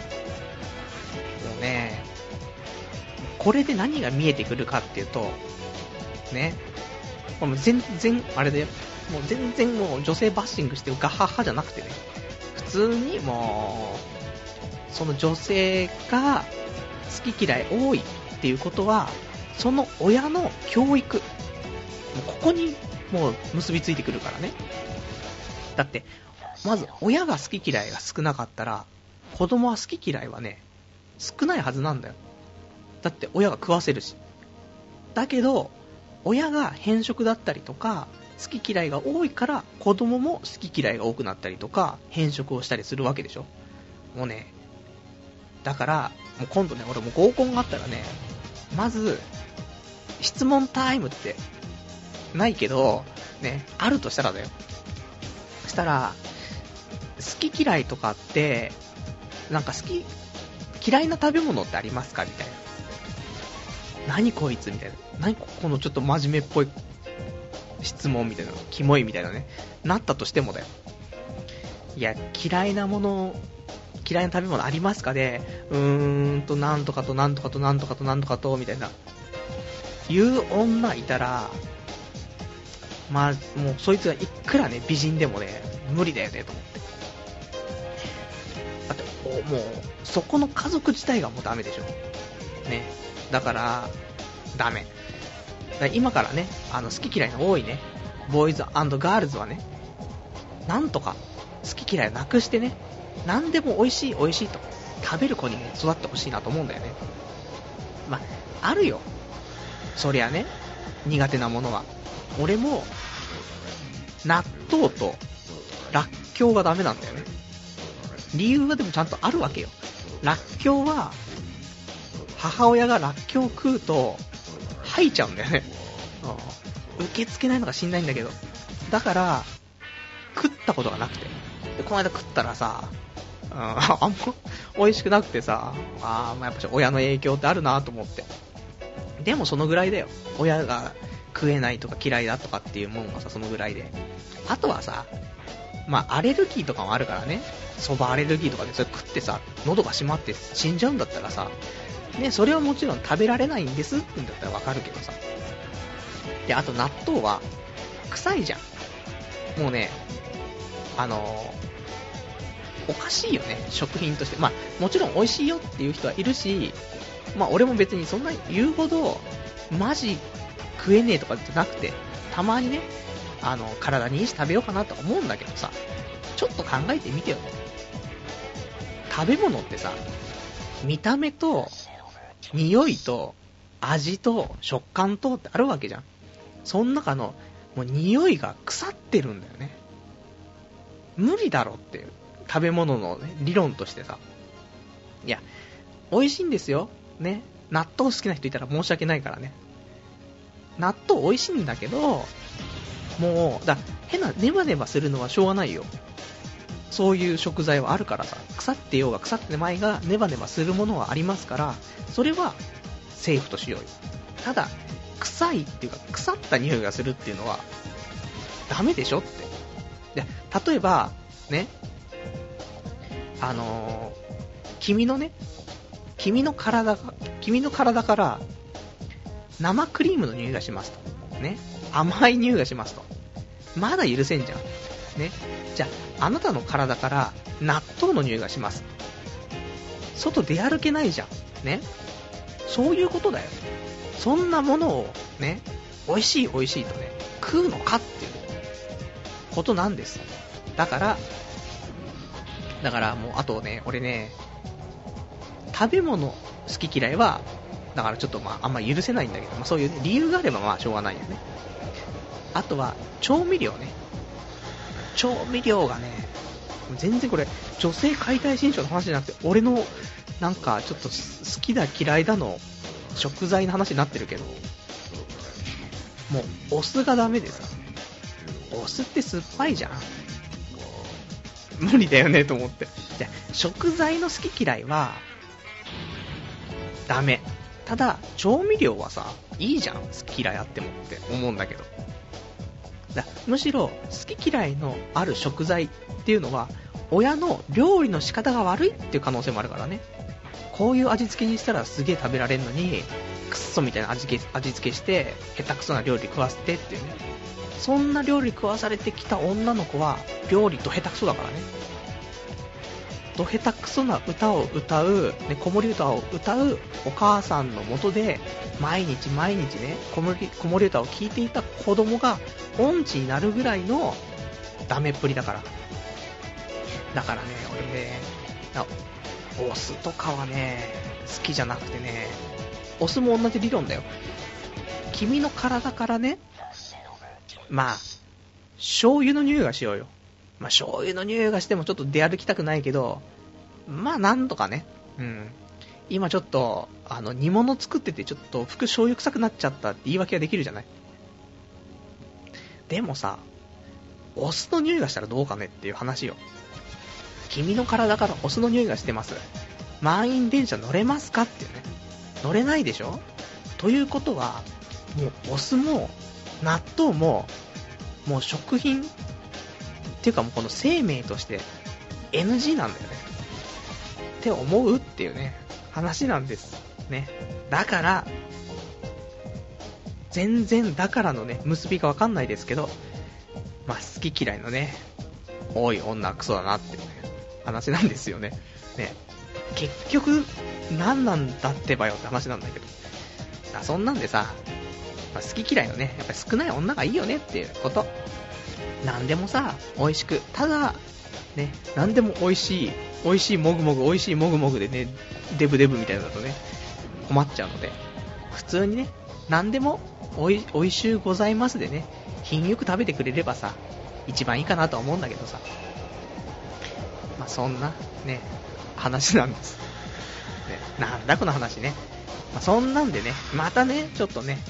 もうねこれで何が見えてくるかっていうとね、もう全然あれだよ、もう全然もう女性バッシングしてガハハじゃなくてね、普通にもうその女性が好き嫌い多いっていうことは、その親の教育、もうここにもう結びついてくるからね。だってまず親が好き嫌いが少なかったら、子供は好き嫌いはね少ないはずなんだよ。だって親が食わせるし。だけど親が偏食だったりとか好き嫌いが多いから、子供も好き嫌いが多くなったりとか偏食をしたりするわけでしょ。もうね、だからもう今度ね、俺も合コンがあったらね、まず質問タイムってないけどね、あるとしたらだよ、そしたら好き嫌いとかって、なんか嫌いな食べ物ってありますかみたいな。何こいつみたいな、何このちょっと真面目っぽい質問みたいな、キモいみたいなね、なったとしてもだよ、いや嫌いな食べ物ありますかで、なんとかとなんとかとなんとかとなんとかとみたいな言う女いたら、まあもうそいつがいくらね美人でもね無理だよねと思って。だってもうそこの家族自体がもうダメでしょね。だからダメだから。今からね好き嫌いの多いねボーイズ&ガールズはね、なんとか好き嫌いをなくしてね、何でも美味しい美味しいと食べる子に、ね、育ってほしいなと思うんだよね。まあるよそりゃね、苦手なものは。俺も納豆とらっきょうがダメなんだよね。 理由はでもちゃんとあるわけよ。らっきょうは母親がらっきょうを食うと吐いちゃうんだよね。受け付けないのか知んないんだけど、だから食ったことがなくて、でこの間食ったらさ、あんま美味しくなくてさ、まあやっぱ親の影響ってあるなと思って。でもそのぐらいだよ。親が食えないとか嫌いだとかっていうもんがさ、そのぐらいで。あとはさ、まあアレルギーとかもあるからね。そばアレルギーとかでそれ食ってさ、喉が閉まって死んじゃうんだったらさ、ね、それはもちろん食べられないんですって言うんだったらわかるけどさ。で、あと納豆は臭いじゃん。もうね、おかしいよね、食品として。まあもちろん美味しいよっていう人はいるし、まあ俺も別にそんな言うほどマジ食えねえとかじゃなくて、たまにね、体にいいし食べようかなと思うんだけどさ、ちょっと考えてみてよね。食べ物ってさ、見た目と匂いと味と食感とってあるわけじゃん。その中のもう匂いが腐ってるんだよね。無理だろっていう、食べ物の、ね、理論としてさ。いや、美味しいんですよね。納豆好きな人いたら申し訳ないからね。納豆美味しいんだけど、もう変なネバネバするのはしょうがないよ。そういう食材はあるからさ、腐ってようが腐ってまいがネバネバするものはありますから、それはセーフとしようよ。ただ臭いっていうか腐った匂いがするっていうのはダメでしょって。で、例えばね、君の体から生クリームの匂いがしますとね、甘い匂いがしますと、まだ許せんじゃんね。じゃああなたの体から納豆の匂いがします。外出歩けないじゃんね。そういうことだよ。そんなものをね、美味しいとね食うのかっていうことなんです。だからもう、あとね、俺ね、食べ物好き嫌いはだからちょっとあんま許せないんだけど、そういう、ね、理由があればしょうがないよね。あとは調味料ね。調味料がね、全然これ女性解体新書の話じゃなくて、俺のなんかちょっと好きだ嫌いだの食材の話になってるけど、もうお酢がダメでさ、お酢って酸っぱいじゃん。無理だよねと思って。じゃあ食材の好き嫌いはダメ。ただ調味料はさ、いいじゃん、好き嫌いあってもって思うんだけど。むしろ好き嫌いのある食材っていうのは親の料理の仕方が悪いっていう可能性もあるからね。こういう味付けにしたらすげえ食べられるのに、クッソみたいな味付けして下手くそな料理食わせてっていうね。そんな料理食わされてきた女の子は料理ど下手くそだからね。ど下手くそな歌を歌う、ね、子守歌を歌うお母さんの元で毎日ね、子守歌を聴いていた子供が音痴になるぐらいのダメっぷりだから。だからね、俺ね、お酢とかはね、好きじゃなくてね、お酢も同じ理論だよ。君の体からね、醤油の匂いがしようよ。醤油の匂いがしてもちょっと出歩きたくないけど、なんとかね、今ちょっと煮物作っててちょっと服醤油臭くなっちゃったって言い訳ができるじゃない。でもさ、お酢の匂いがしたらどうかねっていう話よ。君の体からお酢の匂いがしてます。満員電車乗れますかっていうね。乗れないでしょ。ということはもうお酢も納豆ももう食品っていうかもうこの生命として NG なんだよねって思うっていうね話なんですね。だから全然だからのね結びがわかんないですけど、好き嫌いのね多い女はクソだなっていうね話なんですよね。ね、結局何なんだってばよって話なんだけど、そんなんでさ、好き嫌いのねやっぱり少ない女がいいよねっていうこと。なんでもさ美味しく、ただね、なんでも美味しいもぐもぐ美味しいもぐもぐでねデブデブみたいなのだとね困っちゃうので、普通にねなんでもおいしゅうございますでね品よく食べてくれればさ一番いいかなとは思うんだけどさ、 あそんなね話なんです、ね、なんだこの話ね、まあ、そんなんでねまたねちょっとね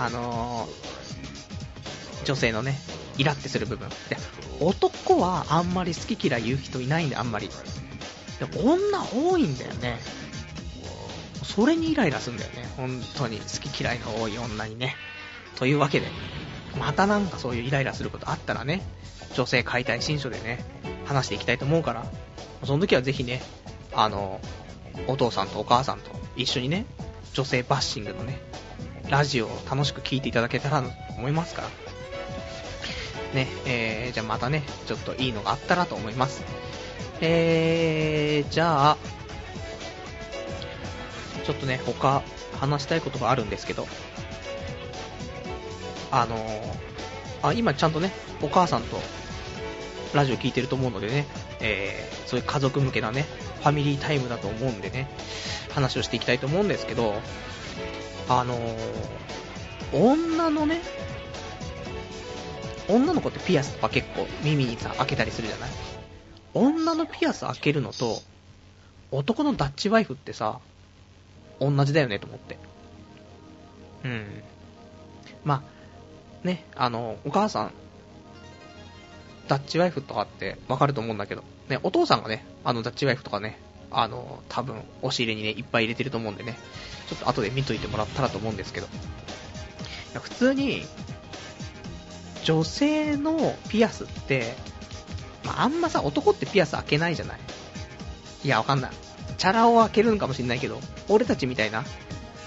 女性のねイラってする部分で、男はあんまり好き嫌い言う人いないんで、あんまりでも女多いんだよね。それにイライラするんだよね、本当に好き嫌いの多い女にね。というわけでまたなんかそういうイライラすることあったらね、女性解体新書でね話していきたいと思うから、その時はぜひねお父さんとお母さんと一緒にね女性バッシングのねラジオを楽しく聞いていただけたらと思いますからね。じゃあまたねちょっといいのがあったらと思います。じゃあちょっとね他話したいことがあるんですけど、今ちゃんとねお母さんとラジオ聞いてると思うのでね、そういう家族向けなねファミリータイムだと思うんでね話をしていきたいと思うんですけど、女の子ってピアスとか結構耳にさ開けたりするじゃない。女のピアス開けるのと男のダッチワイフってさ同じだよねと思って。まあねお母さんダッチワイフとかってわかると思うんだけどね、お父さんがねダッチワイフとかね多分押し入れにねいっぱい入れてると思うんでね、ちょっと後で見といてもらったらと思うんですけど、普通に女性のピアスって、あんまさ男ってピアス開けないじゃない。いやわかんない、チャラを開けるのかもしれないけど、俺たちみたいなち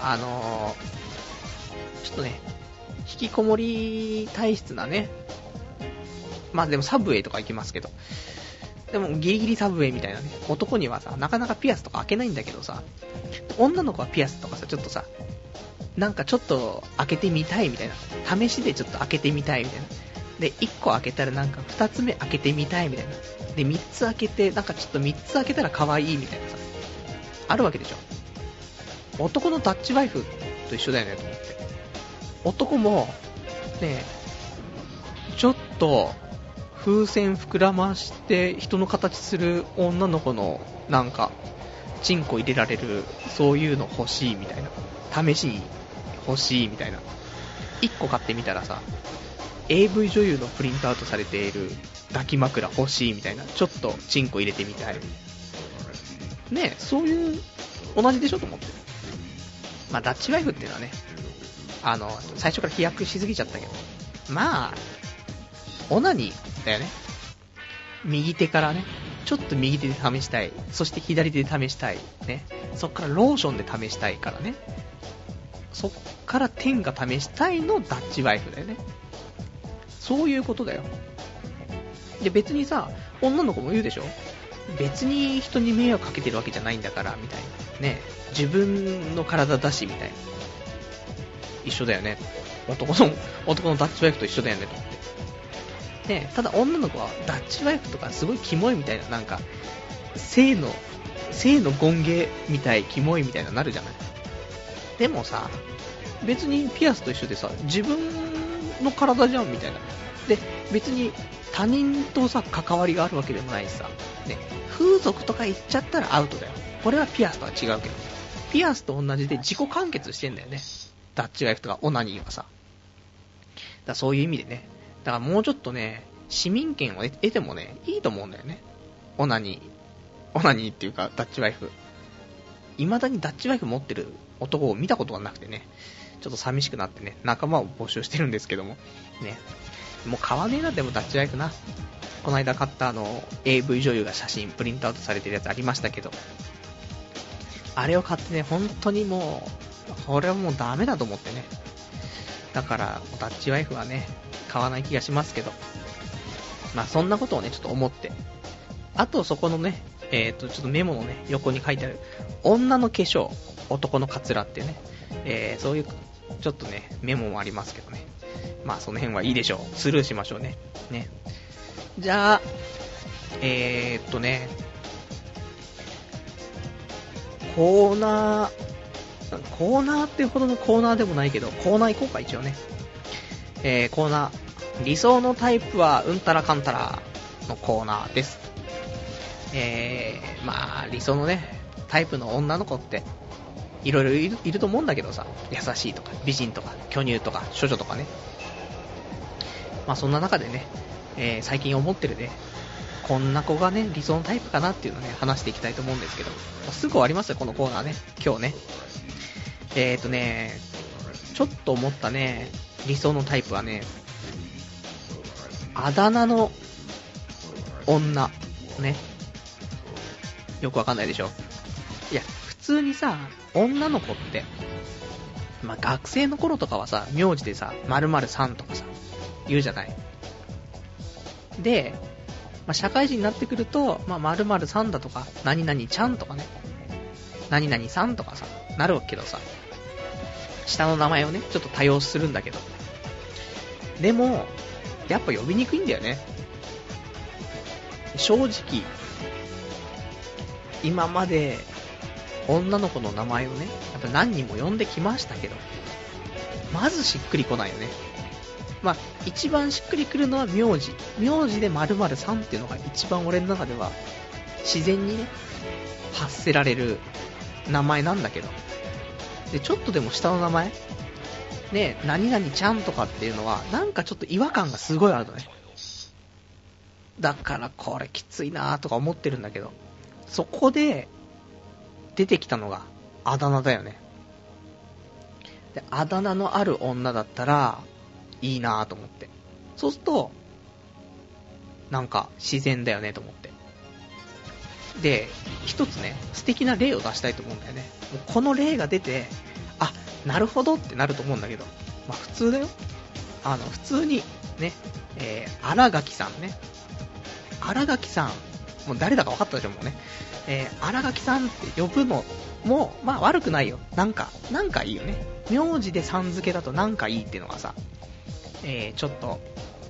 ょっとね引きこもり体質なね、でもサブウェイとか行きますけど、でもギリギリサブウェイみたいなね男にはさなかなかピアスとか開けないんだけどさ、女の子はピアスとかさちょっとさなんかちょっと開けてみたいみたいな、試しでちょっと開けてみたいみたいなで、1個開けたらなんか2つ目開けてみたいみたいなで、3つ開けてなんかちょっと3つ開けたら可愛いみたいなさあるわけでしょ。男のダッチワイフと一緒だよねと思って、男もねちょっと風船膨らまして人の形する女の子のなんかチンコ入れられるそういうの欲しいみたいな、試しに欲しいみたいな、1個買ってみたらさ AV 女優のプリントアウトされている抱き枕欲しいみたいな、ちょっとチンコ入れてみたいね、そういう同じでしょと思って。ダッチワイフっていうのはね最初から飛躍しすぎちゃったけど、オナニーだよね。右手からねちょっと右手で試したい、そして左手で試したいね、そっからローションで試したいからね、そっから天が試したいのダッチワイフだよね。そういうことだよ。で別にさ女の子も言うでしょ、別に人に迷惑かけてるわけじゃないんだからみたいなね、自分の体だしみたいな、一緒だよね、男のダッチワイフと一緒だよねと思ってね。ただ女の子はダッチワイフとかすごいキモいみたいな、なんか性の権芸みたい、キモいみたいななるじゃない。でもさ別にピアスと一緒でさ自分の体じゃんみたいな。で別に他人とさ関わりがあるわけでもないしさ、ね、風俗とか行っちゃったらアウトだよ。これはピアスとは違うけど、ピアスと同じで自己完結してんだよね、ダッチワイフとかオナニーはさ。だそういう意味でね、だからもうちょっとね市民権を得てもねいいと思うんだよね。オナニーっていうかダッチワイフ、未だにダッチワイフ持ってる男を見たことがなくてね、ちょっと寂しくなってね仲間を募集してるんですけどもね、もう買わねえな。でもダッチワイフな、この間買ったAV 女優が写真プリントアウトされてるやつありましたけど、あれを買ってね本当にもうこれはもうダメだと思ってね、だからダッチワイフはね買わない気がしますけど、そんなことをねちょっと思って、あとそこのねちょっとメモのね横に書いてある女の化粧男のカツラってね、そういうちょっとねメモもありますけどね、その辺はいいでしょう、スルーしましょうね。じゃあコーナーっていうほどのコーナーでもないけど、コーナー行こうか一応ね。コーナー理想のタイプはうんたらかんたらのコーナーです。 まあ理想のねタイプの女の子っていろいろいると思うんだけどさ、優しいとか美人とか巨乳とか処女とかね。まあそんな中でね、最近思ってるね、こんな子がね理想のタイプかなっていうのをね話していきたいと思うんですけど、すぐ終わりますよこのコーナーね。今日ねちょっと思ったね理想のタイプはね、あだ名の女ね。よくわかんないでしょ。いや普通にさ、女の子ってまあ学生の頃とかはさ、名字でさ〇〇さんとかさ言うじゃない。で、まあ、社会人になってくると、まあ、〇〇さんだとか何々ちゃんとかね、何々さんとかさなるわけどさ、下の名前をねちょっと多用するんだけど、でもやっぱ呼びにくいんだよね。正直今まで女の子の名前をねやっぱ何人も呼んできましたけど、まずしっくりこないよね。まあ一番しっくりくるのは名字で〇〇さんっていうのが一番俺の中では自然にね発せられる名前なんだけど、でちょっとでも下の名前ね、何々ちゃんとかっていうのはなんかちょっと違和感がすごいあるのね。だからこれきついなとか思ってるんだけど、そこで出てきたのがあだ名だよね。であだ名のある女だったらいいなと思って、そうするとなんか自然だよねと思って、で一つね素敵な例を出したいと思うんだよね。もうこの例が出て、あ、なるほどってなると思うんだけど、まあ普通だよ。普通にね、新垣さんね、新垣さん、もう誰だか分かったでしょもうね。新垣さんって呼ぶのもまあ悪くないよ。なんかいいよね。名字でさん付けだとなんかいいっていうのがさ、ちょっと青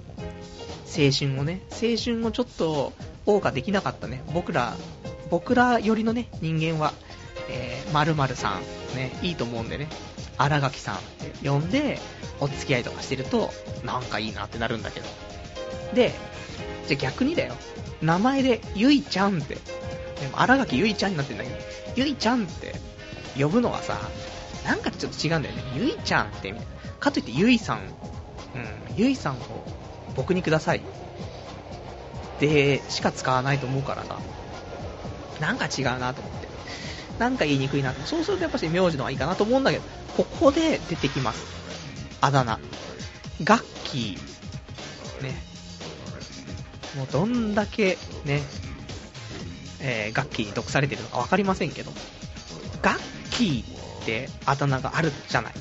春をちょっと謳歌できなかったね僕らよりのね人間は、〇〇さんねいいと思うんでね、新垣さんって呼んでお付き合いとかしてるとなんかいいなってなるんだけど、でじゃあ逆にだよ、名前でゆいちゃんって、でも新垣ゆいちゃんになってんだけど、ゆいちゃんって呼ぶのはさ、なんかちょっと違うんだよね。ゆいちゃんってみたいな、かといってゆいさん、ゆいさんを僕にくださいでしか使わないと思うからさ、なんか違うなと思って、なんか言いにくいなと。そうするとやっぱし名字の方がいいかなと思うんだけど、ここで出てきますあだ名、ガッキーね。もうどんだけね、ガッキーに毒されてるのか分かりませんけど、ガッキーってあだ名があるじゃない。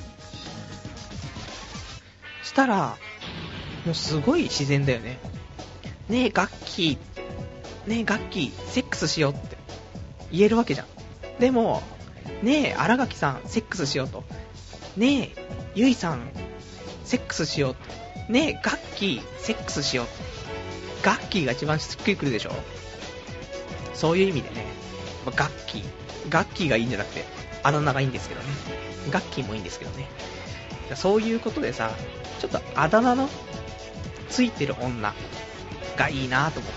したらもうすごい自然だよね。ねえガッキーって、ねえガッキーセックスしようって言えるわけじゃん。でもねえ新垣さんセックスしようと、ねえゆいさんセックスしようと、ねえガッキーセックスしようと、ガッキーが一番しっくりくるでしょ。そういう意味でね、ガッキーがいいんじゃなくてあだ名がいいんですけどね、ガッキーもいいんですけどね。そういうことでさ、ちょっとあだ名のついてる女がいいなと思って、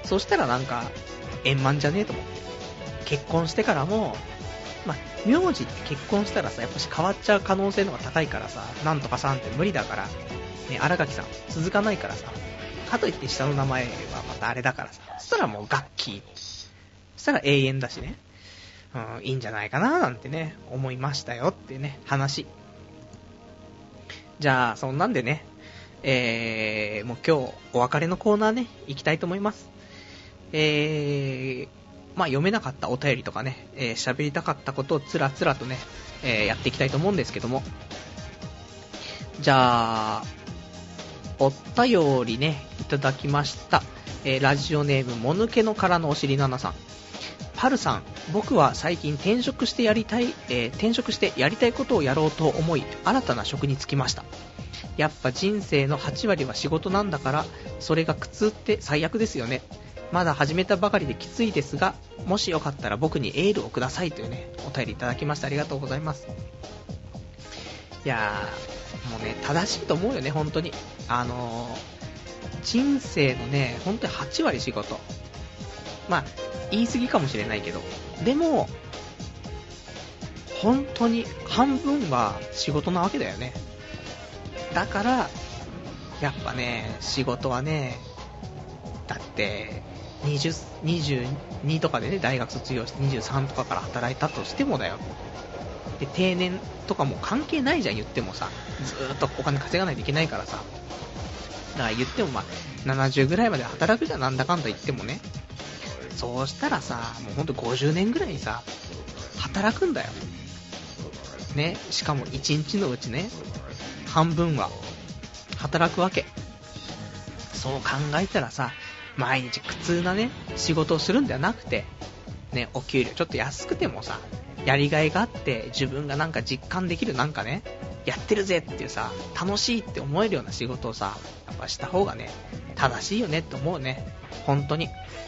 そしたらなんか円満じゃねえと思って、結婚してからもまあ名字って結婚したらさやっぱし変わっちゃう可能性の方が高いからさ、なんとかさんって無理だからね、新垣さん続かないからさ、かといって下の名前はまたあれだからさ、そしたらもうガッキー、そしたら永遠だしね、いいんじゃないかななんてね思いましたよってね話。じゃあそんなんでね、もう今日お別れのコーナーね行きたいと思います。まあ読めなかったお便りとかね、喋りたかったことをつらつらとね、やっていきたいと思うんですけども、じゃあお便りねいただきました。ラジオネームもぬけの殻のおしりななさん。パルさん、僕は最近転職してやりたいことをやろうと思い新たな職に就きました。やっぱ人生の8割は仕事なんだから、それが苦痛って最悪ですよね。まだ始めたばかりできついですが、もしよかったら僕にエールをくださいというねお便りいただきました。ありがとうございます。いやーもうね正しいと思うよね本当に。 人生のね、本当に8割仕事。まあ、言い過ぎかもしれないけど、でも、本当に半分は仕事なわけだよね。だから、やっぱね、仕事はね、だって、22とかでね、大学卒業して23とかから働いたとしてもだよ。で、定年とかも関係ないじゃん、言ってもさ。ずーっとお金稼がないといけないからさ。だから言ってもまあ、70ぐらいまで働くじゃん、なんだかんだ言ってもね。そうしたらさ、もうほんと50年ぐらいにさ、働くんだよ。ね、しかも1日のうちね、半分は働くわけ。そう考えたらさ、毎日苦痛なね、仕事をするんではなくて、ね、お給料ちょっと安くてもさ、やりがいがあって自分がなんか実感できるなんかね、やってるぜっていうさ、楽しいって思えるような仕事をさ、やっぱした方がね、正しいよねって思うね。本当に。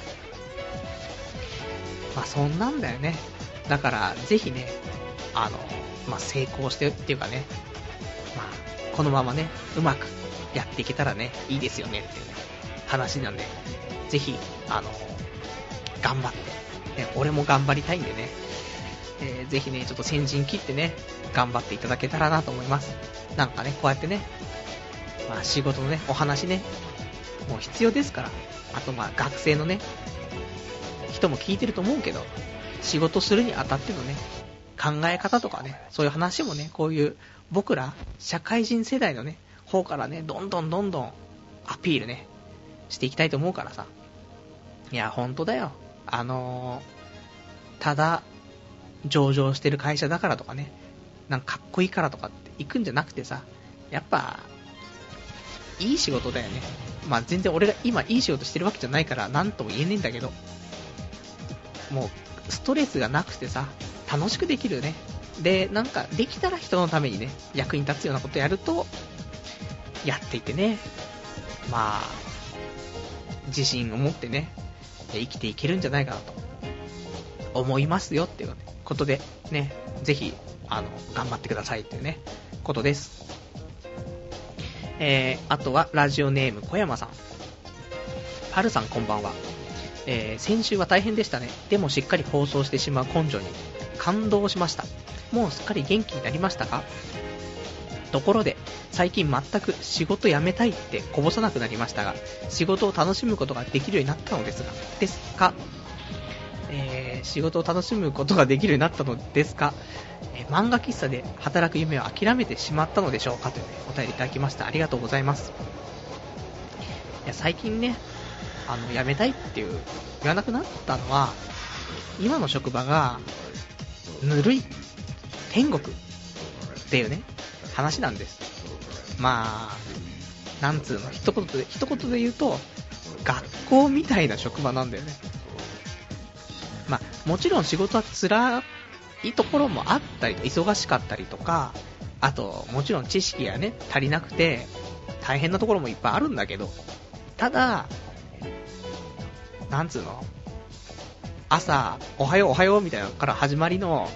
まあそんなんだよね。だからぜひね、まあ成功してっていうかね、まあこのままね、うまくやっていけたらね、いいですよねっていうね、話なんで、ぜひ頑張って、ね、俺も頑張りたいんでね、ぜひね、ちょっと先陣切ってね、頑張っていただけたらなと思います。なんかね、こうやってね、まあ仕事のね、お話ね、もう必要ですから、あとまあ学生のね、人も聞いてると思うけど、仕事するにあたってのね、考え方とかね、そういう話もね、こういう僕ら社会人世代のね、方からね、どんどんアピールね、していきたいと思うからさ。いや、ほんとだよ。ただ、上場してる会社だからとかね、なんかかっこいいからとかって行くんじゃなくてさ、やっぱ、いい仕事だよね。まあ全然俺が今いい仕事してるわけじゃないからなんとも言えねえんだけど、もうストレスがなくてさ、楽しくできるね。で、なんかできたら人のためにね、役に立つようなことやると、やっていてね、まあ、自信を持ってね、生きていけるんじゃないかなと思いますよっていうことでね、ぜひ頑張ってくださいっていうねことです。あとはラジオネーム小山さん。はるさんこんばんは。先週は大変でしたね。でもしっかり放送してしまう根性に感動しました。もうすっかり元気になりましたか？ところで最近全く仕事辞めたいってこぼさなくなりましたが、仕事を楽しむことができるようになったのですか？仕事を楽しむことができるようになったのですか？漫画喫茶で働く夢を諦めてしまったのでしょうかという、ね、お便りいただきました。ありがとうございます。いや最近ね、辞めたいっていう言わなくなったのは、今の職場がぬるい天国っていうね話なんです。まあなんつうの、一言で言うと学校みたいな職場なんだよね。まあもちろん仕事は辛いところもあったり、忙しかったりとか、あともちろん知識がね足りなくて大変なところもいっぱいあるんだけど、ただなんつうの、朝おはようみたいなのから始まりの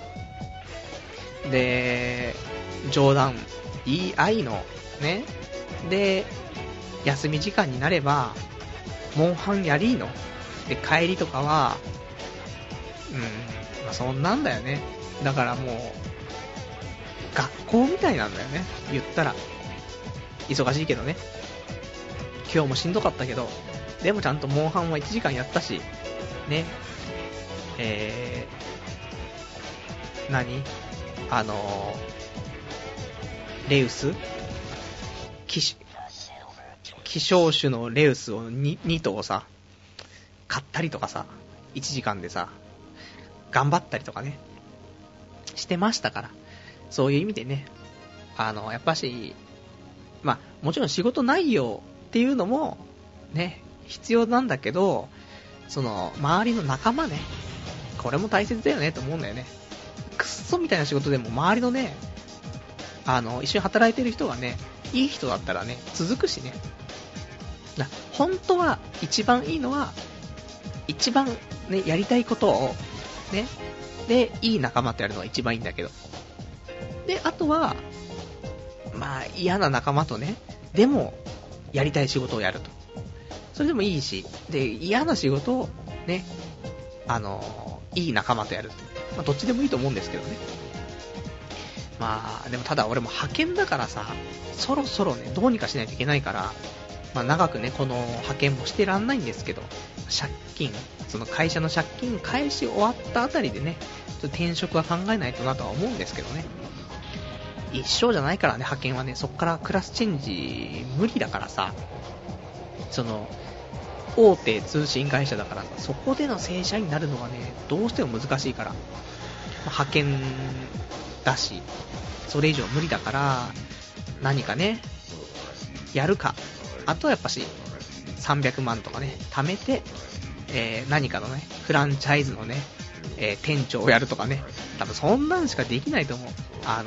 で、冗談言い合いのね、で休み時間になればモンハンやりーので、帰りとかはまあ、そんなんだよね。だからもう学校みたいなんだよね、言ったら。忙しいけどね、今日もしんどかったけど、でもちゃんとモンハンは1時間やったしね。何レウス希少種のレウスを 2頭さ買ったりとかさ、1時間でさ頑張ったりとかねしてましたから、そういう意味でね、やっぱし、まあもちろん仕事内容っていうのもね必要なんだけど、その周りの仲間ね、これも大切だよねと思うんだよね。クッソみたいな仕事でも周りのね、一緒に働いてる人がねいい人だったらね続くしね。本当は一番いいのは、一番ねやりたいことをね、でいい仲間とやるのが一番いいんだけど、であとはまあ嫌な仲間とね、でもやりたい仕事をやると。 それでもいいし、で、嫌な仕事をね、いい仲間とやる。まあ、どっちでもいいと思うんですけどね。まあ、でもただ俺も派遣だからさ、そろそろね、どうにかしないといけないから、まあ長くね、この派遣もしてらんないんですけど、借金、その会社の借金返し終わったあたりでね、ちょっと転職は考えないとなとは思うんですけどね。一生じゃないからね、派遣はね、そっからクラスチェンジ無理だからさ、その、大手通信会社だから、そこでの正社員になるのはね、どうしても難しいから、派遣だし、それ以上無理だから、何かね、やるか。あとはやっぱし、300万とかね、貯めて、何かのね、フランチャイズのね、店長をやるとかね、多分そんなんしかできないと思う。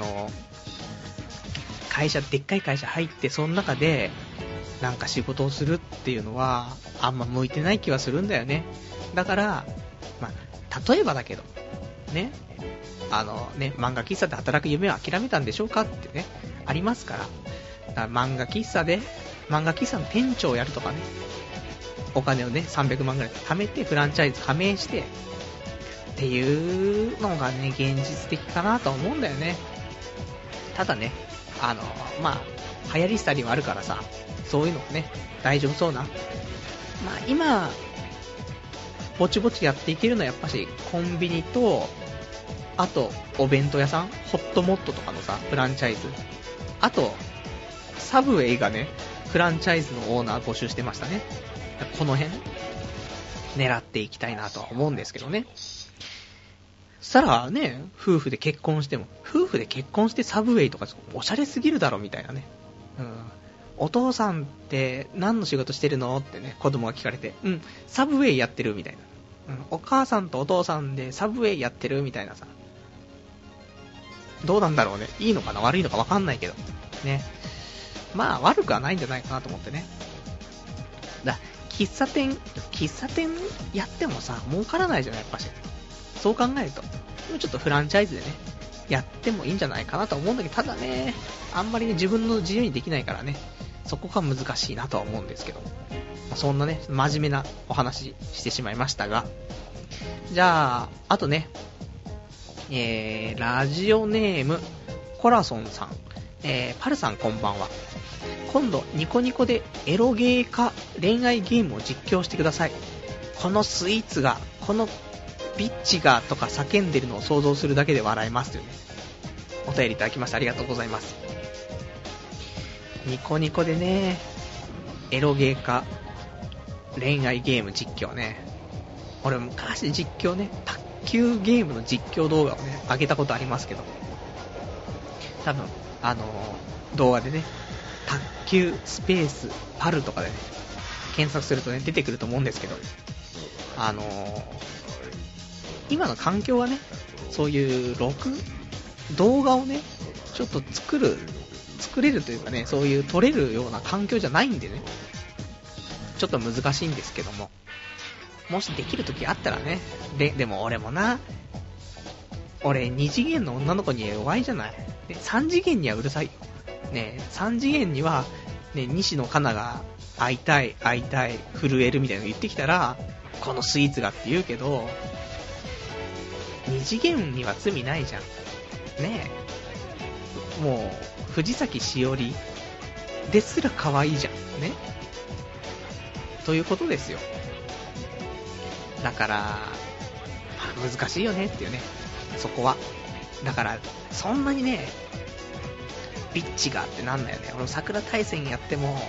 会社、でっかい会社入って、その中で、なんか仕事をするっていうのは、あんま向いてない気はするんだよね。だから、まあ、例えばだけど、ね、漫画喫茶で働く夢を諦めたんでしょうかってね、ありますから。だから漫画喫茶の店長をやるとかね、お金をね、300万ぐらい貯めて、フランチャイズ加盟して、っていうのがね、現実的かなとは思うんだよね。ただね、まあ、流行り廃りはあるからさ、そういうのもね、大丈夫そうな。まあ、今、ぼちぼちやっていけるのはやっぱし、コンビニと、あと、お弁当屋さん、ホットモットとかのさ、フランチャイズ。あと、サブウェイがね、フランチャイズのオーナー募集してましたね。この辺、狙っていきたいなとは思うんですけどね。そしたらね、夫婦で結婚してサブウェイとかおしゃれすぎるだろみたいなね。お父さんって何の仕事してるのってね、子供が聞かれて、サブウェイやってるみたいな。お母さんとお父さんでサブウェイやってるみたいなさ。どうなんだろうね。いいのかな悪いのか分かんないけど。ね。まあ悪くはないんじゃないかなと思ってね。喫茶店やってもさ、儲からないじゃない、やっぱし。そう考えると、ちょっとフランチャイズでね、やってもいいんじゃないかなと思うんだけど、ただね、あんまりね、自分の自由にできないからね、そこが難しいなとは思うんですけど、そんなね、真面目なお話してしまいましたが、じゃあ、あとね、ラジオネーム、コラソンさん、パルさんこんばんは。今度ニコニコでエロゲーか恋愛ゲームを実況してください。このスイーツが、このビッチがとか叫んでるのを想像するだけで笑えますというね、お便りいただきましてありがとうございます。ニコニコでね、エロゲーか恋愛ゲーム実況ね、俺昔実況ね、卓球ゲームの実況動画をね上げたことありますけど、多分動画でね、卓球スペースパルとかでね検索するとね出てくると思うんですけど、今の環境はね、そういう動画をねちょっと作れるというかね、そういう撮れるような環境じゃないんでね、ちょっと難しいんですけども、もしできる時あったらね、でも俺2次元の女の子に弱いじゃない。で3次元にはうるさいよね。3次元にはね、西野カナが会いたい震えるみたいなの言ってきたら、このスイーツがって言うけど、2次元には罪ないじゃんね。もう藤崎しおりですら可愛いじゃんね、ということですよ。だから、まあ、難しいよねっていうね、そこは。だからそんなにねビッチがってなんだよね。俺桜大戦やっても、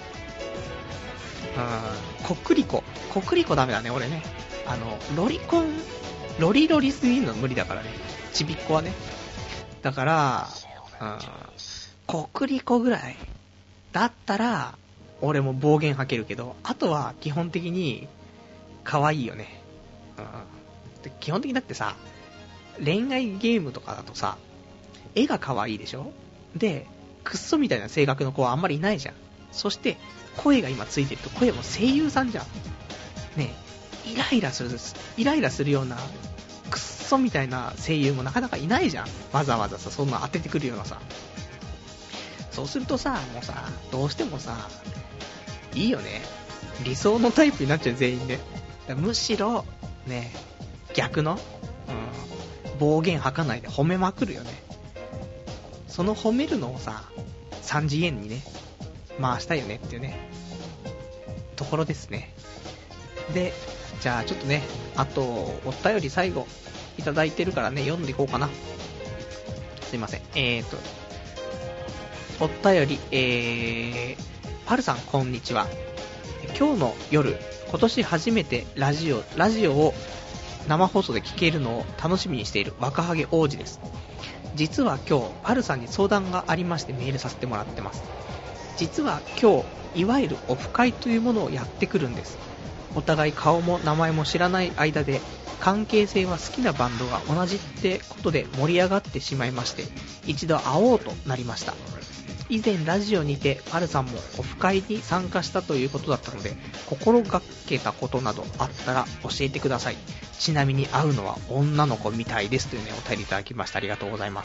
コックリコダメだね俺ね。ロリすぎるの無理だからね、ちびっこはね。だから、コックリコぐらいだったら俺も暴言吐けるけど、あとは基本的に可愛いよね。で基本的にだってさ、恋愛ゲームとかだとさ、絵が可愛いでしょ。でクッソみたいな性格の子はあんまりいないじゃん。そして声が今ついてると、声も声優さんじゃんね。イライラするようなクッソみたいな声優もなかなかいないじゃん。わざわざさ、そんな当ててくるようなさ。そうするとさ、もうさ、どうしてもさ、いいよね。 理想のタイプになっちゃう、全員で。むしろね、逆の、暴言吐かないで褒めまくるよね。その褒めるのをさ、3次元にね回したいよねっていうねところですね。で、じゃあちょっとね、あとお便り最後いただいてるからね、読んでいこうかな。すいません。お便り、パルさんこんにちは。今日の夜、今年初めてラジオを生放送で聞けるのを楽しみにしている若ハゲ王子です。実は今日パルさんに相談がありましてメールさせてもらってます。実は今日いわゆるオフ会というものをやってくるんです。お互い顔も名前も知らない間で関係性は好きなバンドが同じってことで盛り上がってしまいまして、一度会おうとなりました。以前ラジオにてパルさんもオフ会に参加したということだったので、心がけたことなどあったら教えてください。ちなみに会うのは女の子みたいですというね、お便りいただきました。ありがとうございます。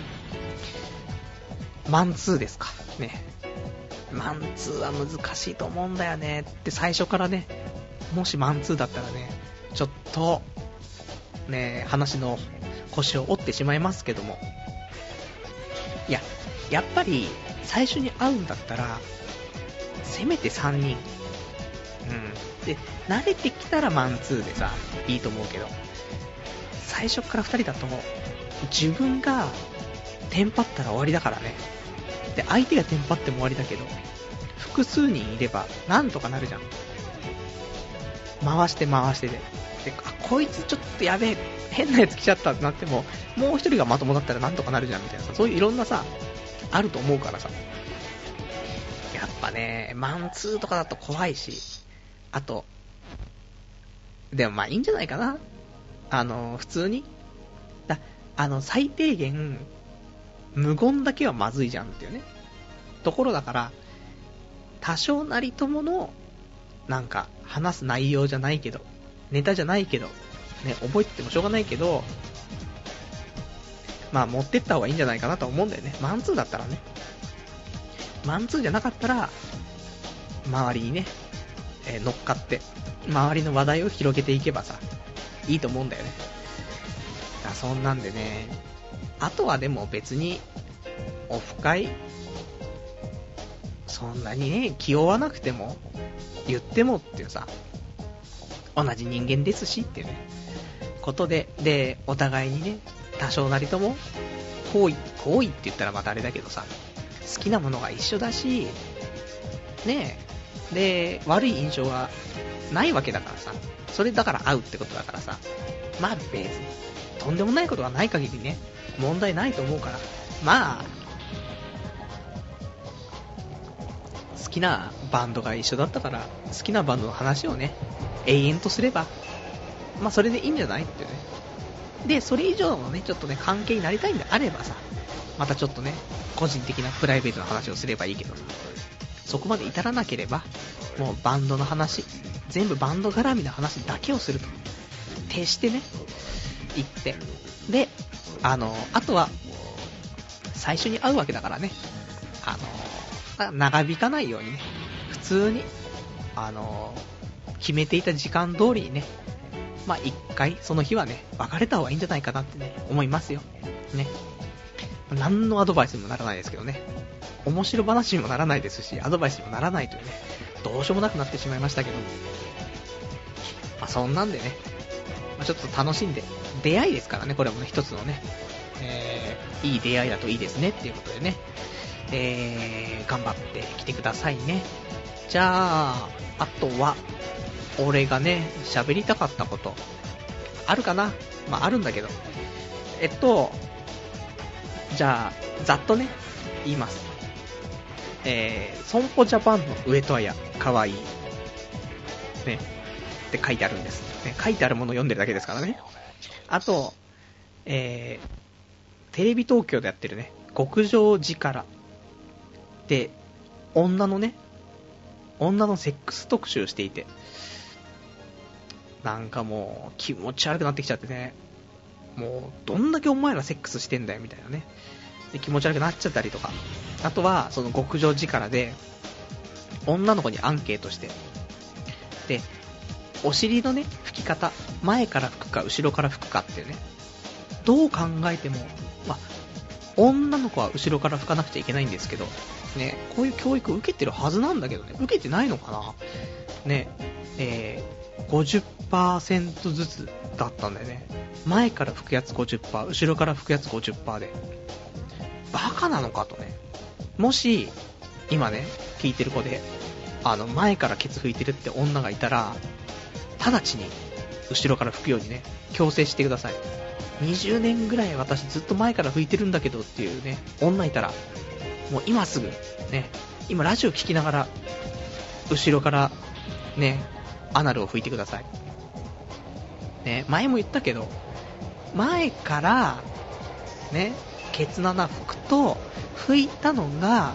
マンツーですかね。マンツーは難しいと思うんだよねって最初からね、もしマンツーだったらね、ちょっとね、話の腰を折ってしまいますけども、いや、やっぱり最初に会うんだったらせめて3人、で慣れてきたらマンツーでさいいと思うけど、最初から2人だと自分がテンパったら終わりだからね。で相手がテンパっても終わりだけど、複数人いればなんとかなるじゃん。回してで、こいつちょっとやべえ、変なやつ来ちゃったってなっても、もう一人がまともだったらなんとかなるじゃんみたいなさ、そういういろんなさあると思うからさ、やっぱねマンツーとかだと怖いし、あとでもまあいいんじゃないかな、普通に最低限無言だけはまずいじゃんっていうねところだから、多少なりとものなんか話す内容じゃないけど、ネタじゃないけどね、覚えててもしょうがないけど、まあ持ってった方がいいんじゃないかなと思うんだよね。マンツーだったらね。マンツーじゃなかったら周りにね、乗っかって周りの話題を広げていけばさいいと思うんだよね。そんなんでね、あとはでも別にオフ会そんなにね気負わなくても言ってもっていうさ、同じ人間ですしっていうねことで、お互いにね多少なりとも好意って言ったらまたあれだけどさ、好きなものが一緒だしねえ、で悪い印象がないわけだからさ、それだから会うってことだからさ、まあ別にとんでもないことがない限りね問題ないと思うから、まあ好きなバンドが一緒だったから好きなバンドの話をね永遠とすれば、まあそれでいいんじゃないっていうね。でそれ以上のねちょっとね関係になりたいんであればさ、またちょっとね個人的なプライベートな話をすればいいけどさ、そこまで至らなければもうバンドの話、全部バンド絡みの話だけをすると徹してね言って、であとは最初に会うわけだからね、長引かないようにね普通に決めていた時間通りにね、まあ一回その日はね別れた方がいいんじゃないかなってね思いますよね。何のアドバイスにもならないですけどね、面白話にもならないですし、アドバイスにもならないというね、どうしようもなくなってしまいましたけど、まあそんなんでね、まあ、ちょっと楽しんで、出会いですからね、これもね一つのね、いい出会いだといいですねっていうことでね、頑張ってきてくださいね。じゃああとは俺がね喋りたかったことあるかな、まああるんだけど、じゃあざっとね言います。損保ジャパンの上戸彩かわいいねって書いてあるんです、ね、書いてあるものを読んでるだけですからね。あと、テレビ東京でやってるね極上力で女のセックス特集していて、なんかもう気持ち悪くなってきちゃってね、もうどんだけお前らセックスしてんだよみたいなね、で気持ち悪くなっちゃったりとか、あとはその極上力で女の子にアンケートしてで、お尻のね、拭き方、前から拭くか後ろから拭くかっていうね、どう考えても、女の子は後ろから拭かなくちゃいけないんですけど、ね、こういう教育を受けてるはずなんだけどね、受けてないのかなね、50% ずつだったんだよね。前から拭くやつ 50%、後ろから拭くやつ 50% で。バカなのかとね。もし、今ね、聞いてる子で、前からケツ拭いてるって女がいたら、直ちに、後ろから拭くようにね、強制してください。20年ぐらい私ずっと前から拭いてるんだけどっていうね、女いたら、もう今すぐ、ね、今ラジオ聞きながら、後ろから、ね、アナルを拭いてください。ね、前も言ったけど、前から、ね、ケツの穴拭くと、拭いたのが、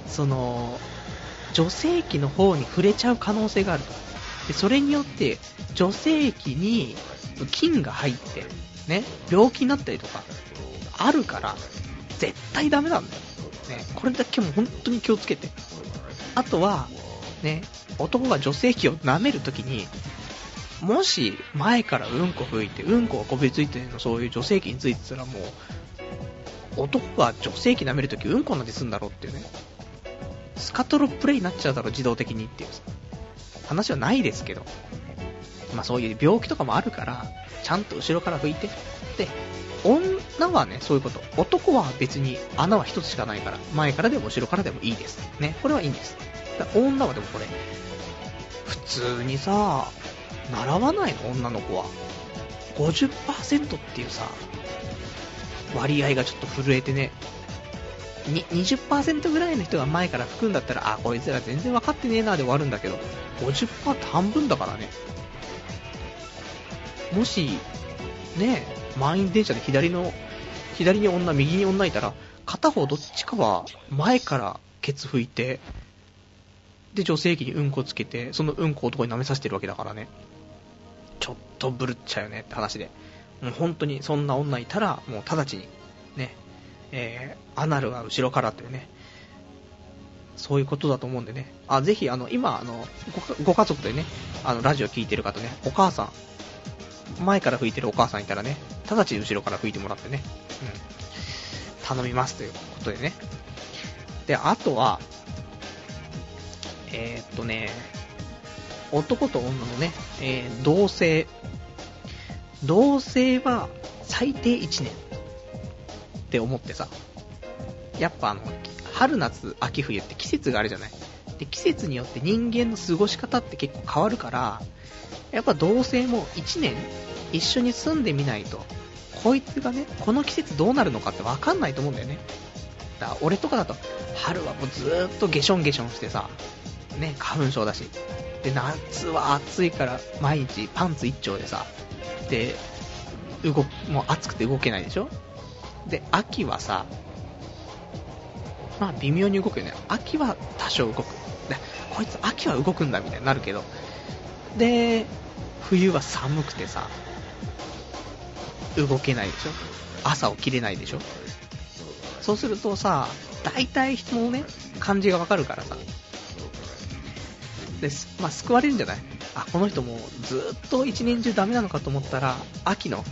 女性器の方に触れちゃう可能性があると。で、それによって、女性器に菌が入って、ね、病気になったりとか、あるから、絶対ダメなんだよ。ね、これだけも本当に気をつけて。あとは、ね、男が女性器を舐めるときに、もし前からうんこ吹いて、うんこがこびりついてるの、そういう女性器についてたらもう、男が女性器舐めるときうんこなんてすんだろうっていうね。スカトロプレイになっちゃうだろ、自動的にっていう話はないですけど。そういう病気とかもあるから、ちゃんと後ろから拭いて。で、女はね、そういうこと。男は別に穴は一つしかないから、前からでも後ろからでもいいです。ね、これはいいんです。女はでもこれ、普通にさ、習わないの女の子は。50% っていうさ、割合がちょっと震えてね。20% ぐらいの人が前から拭くんだったら、こいつら全然分かってねえなで終わるんだけど、50% って半分だからね。もし、ね、満員電車で左に女、右に女いたら、片方どっちかは前からケツ拭いて、で、女性器にうんこつけて、そのうんこ男に舐めさせてるわけだからね。ちょっとブルっちゃうよねって話で。もう本当にそんな女いたら、もう直ちに、ね、アナルは後ろからというね、そういうことだと思うんでね。ぜひ、今、ご家族でね、ラジオ聞いてる方ね、お母さん、前から拭いてるお母さんいたらね、直ちに後ろから拭いてもらってね、頼みますということでね。で、あとは、男と女のね、同性は最低1年って思ってさ、やっぱ春夏秋冬って季節があるじゃない。で、季節によって人間の過ごし方って結構変わるから、やっぱ同性も1年一緒に住んでみないと、こいつがね、この季節どうなるのかって分かんないと思うんだよね。だから俺とかだと、春はもうずーっとゲションゲションしてさ、ね、花粉症だし。で、夏は暑いから毎日パンツ一丁でさ、で、もう暑くて動けないでしょ。で、秋はさ、微妙に動くよね。秋は多少動く。で、こいつ秋は動くんだみたいになるけど、で、冬は寒くてさ、動けないでしょ。朝起きれないでしょ。そうするとさ、大体人のね、感じがわかるからさ、で、救われるんじゃない？この人もずっと一年中ダメなのかと思ったら、秋の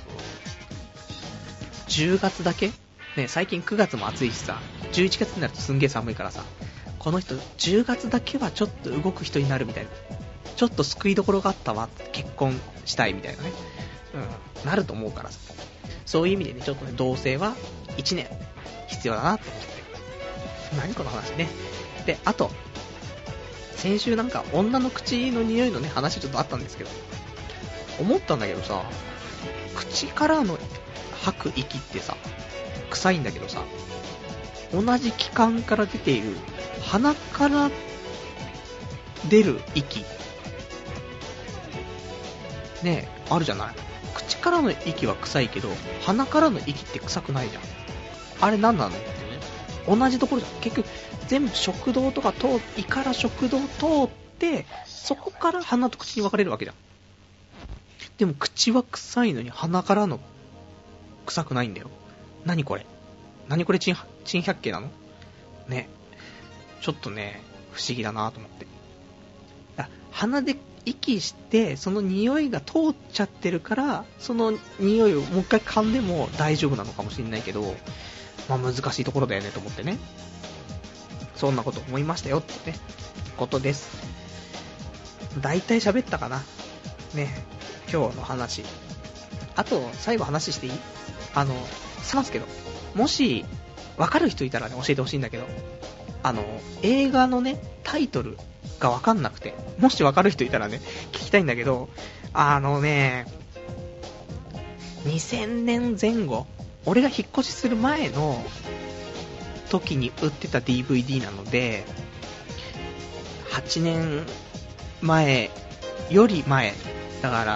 10月だけね、最近9月も暑いしさ、11月になるとすんげえ寒いからさ、この人10月だけはちょっと動く人になるみたいな、ちょっと救いどころがあったわ、結婚したいみたいなね、なると思うからさ、そういう意味でね、ちょっとね、同棲は1年必要だなと思って。何この話ね。で、あと先週なんか女の口の匂いのね話ちょっとあったんですけど、思ったんだけどさ、口からの吐く息ってさ、臭いんだけどさ、同じ気管から出ている鼻から出る息ね、あるじゃない。口からの息は臭いけど、鼻からの息って臭くないじゃん。あれ何なのってね。同じところじゃん。結局全部食道とか胃から食道通って、そこから鼻と口に分かれるわけじゃん。でも口は臭いのに鼻からの臭くないんだよ。何これ珍百景なのね。ちょっとね、不思議だなと思って。鼻で息してその匂いが通っちゃってるから、その匂いをもう一回噛んでも大丈夫なのかもしれないけど、まあ難しいところだよねと思ってね、そんなこと思いましたよってねことです。だいたい喋ったかなね、今日の話。あと最後話していい？しますけど、もし分かる人いたらね教えてほしいんだけど、映画のねタイトルが分かんなくて、もし分かる人いたらね聞きたいんだけど、2000年前後、俺が引っ越しする前の時に売ってた DVD なので、8年前より前だから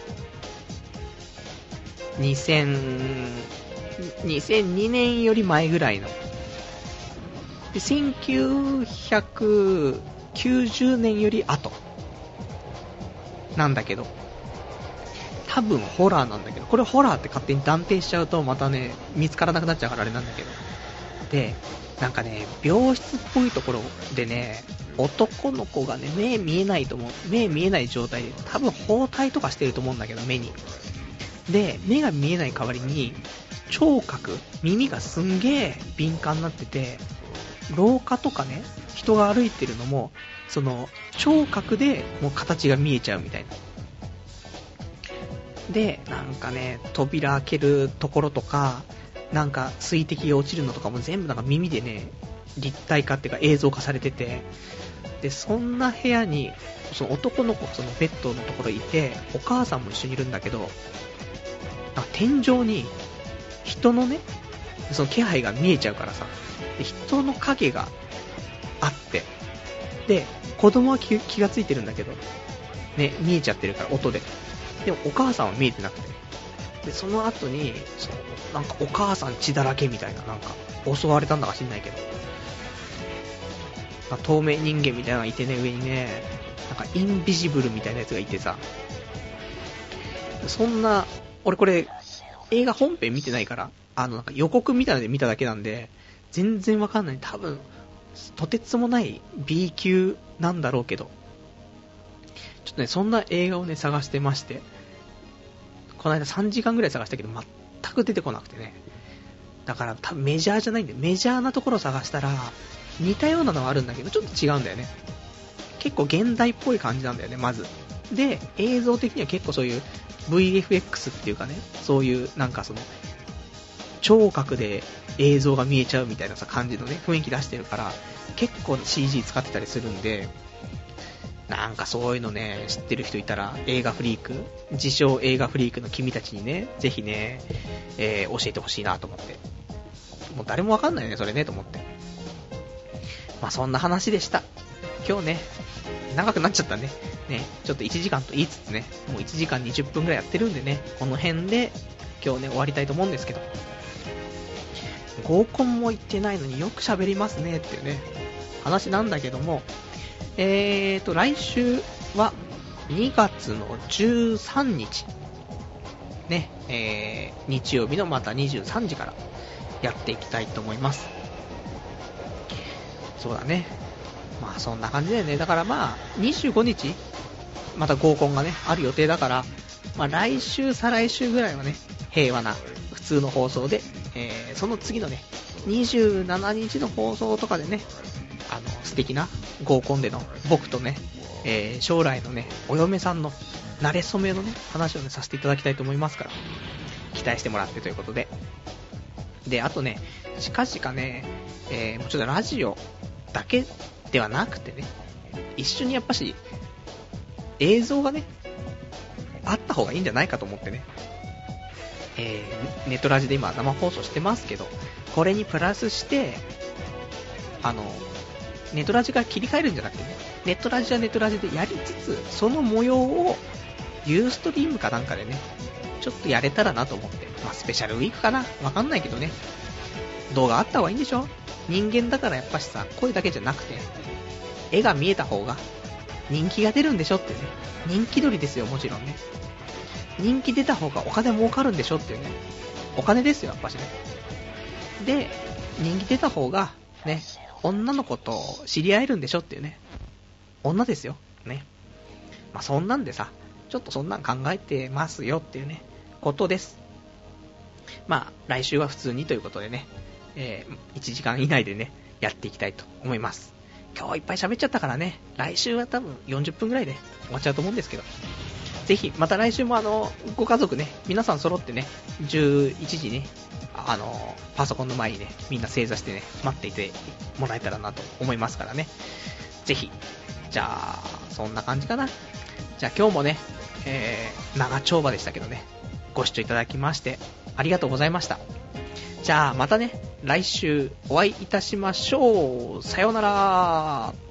、2002年より前ぐらいので、1990年より後なんだけど、多分ホラーなんだけど、これホラーって勝手に断定しちゃうとまたね見つからなくなっちゃうからあれなんだけど、でなんかね病室っぽいところでね、男の子がね目見えない状態で多分包帯とかしてると思うんだけど、目にで目が見えない代わりに聴覚、耳がすんげー敏感になってて、廊下とかね人が歩いてるのもその聴覚でもう形が見えちゃうみたいな。でなんかね扉開けるところとか、なんか水滴が落ちるのとかも全部なんか耳でね立体化っていうか映像化されてて、でそんな部屋にその男の子がそのベッドのところにいて、お母さんも一緒にいるんだけど、なんか天井に人のねその気配が見えちゃうからさ、で人の影があって、で子供は気がついてるんだけどね、見えちゃってるから音で、でもお母さんは見えてなくて、でその後になんかお母さん血だらけみたいな、なんか襲われたんだか知んないけど、透明人間みたいなのがいてね、上にねなんかインビジブルみたいなやつがいてさ、そんな俺これ映画本編見てないから、なんか予告みたいなので見ただけなんで全然わかんない。多分とてつもない B 級なんだろうけど、ちょっとねそんな映画をね探してまして、この間3時間ぐらい探したけど全く出てこなくてね、だから多分メジャーじゃないんで、メジャーなところを探したら似たようなのはあるんだけどちょっと違うんだよね。結構現代っぽい感じなんだよねまず。で映像的には結構そういう VFX っていうかね、そういうなんかその聴覚で映像が見えちゃうみたいなさ感じのね雰囲気出してるから、結構 CG 使ってたりするんで、なんかそういうのね知ってる人いたら、映画フリーク、自称映画フリークの君たちにねぜひね、教えてほしいなと思って。もう誰もわかんないよねそれねと思って。まあそんな話でした。今日ね長くなっちゃったね。ちょっと1時間と言いつつね、もう1時間20分ぐらいやってるんでね、この辺で今日ね終わりたいと思うんですけど、合コンも行ってないのによく喋りますねっていうね話なんだけども、来週は2月の13日ね、日曜日のまた23時からやっていきたいと思います。そうだね、まあそんな感じだよね。だからまあ25日また合コンがねある予定だから、まあ来週再来週ぐらいはね平和な普通の放送で、その次のね27日の放送とかでね、素敵な合コンでの僕とね、将来のねお嫁さんの馴れ初めのね話をねさせていただきたいと思いますから、期待してもらってということで。であとね近々ね、もうちょっとラジオだけではなくてね、一緒にやっぱし映像がねあった方がいいんじゃないかと思ってね、ネットラジで今生放送してますけど、これにプラスしてネットラジから切り替えるんじゃなくてね、ネットラジはネットラジでやりつつ、その模様をユーストリームかなんかでねちょっとやれたらなと思って、まあスペシャルウィークかな、わかんないけどね、動画あった方がいいんでしょ。人間だからやっぱしさ、声だけじゃなくて絵が見えた方が人気が出るんでしょっていうね、人気取りですよもちろんね、人気出た方がお金儲かるんでしょっていうね、お金ですよやっぱしね。で人気出た方がね女の子と知り合えるんでしょっていうね、女ですよね。 まあ、そんなんでさ、ちょっとそんなん考えてますよっていうね、ことです。まあ、来週は普通にということでね、1時間以内でね、やっていきたいと思います。今日いっぱい喋っちゃったからね、来週は多分40分ぐらいで終わっちゃうと思うんですけど、ぜひ、また来週もご家族ね、皆さん揃ってね、11時ね、パソコンの前にね、みんな正座してね、待っていてもらえたらなと思いますからね。ぜひ、じゃあ、そんな感じかな。じゃあ今日もね、長丁場でしたけどね、ご視聴いただきまして、ありがとうございました。じゃあまたね、来週お会いいたしましょう。さようなら。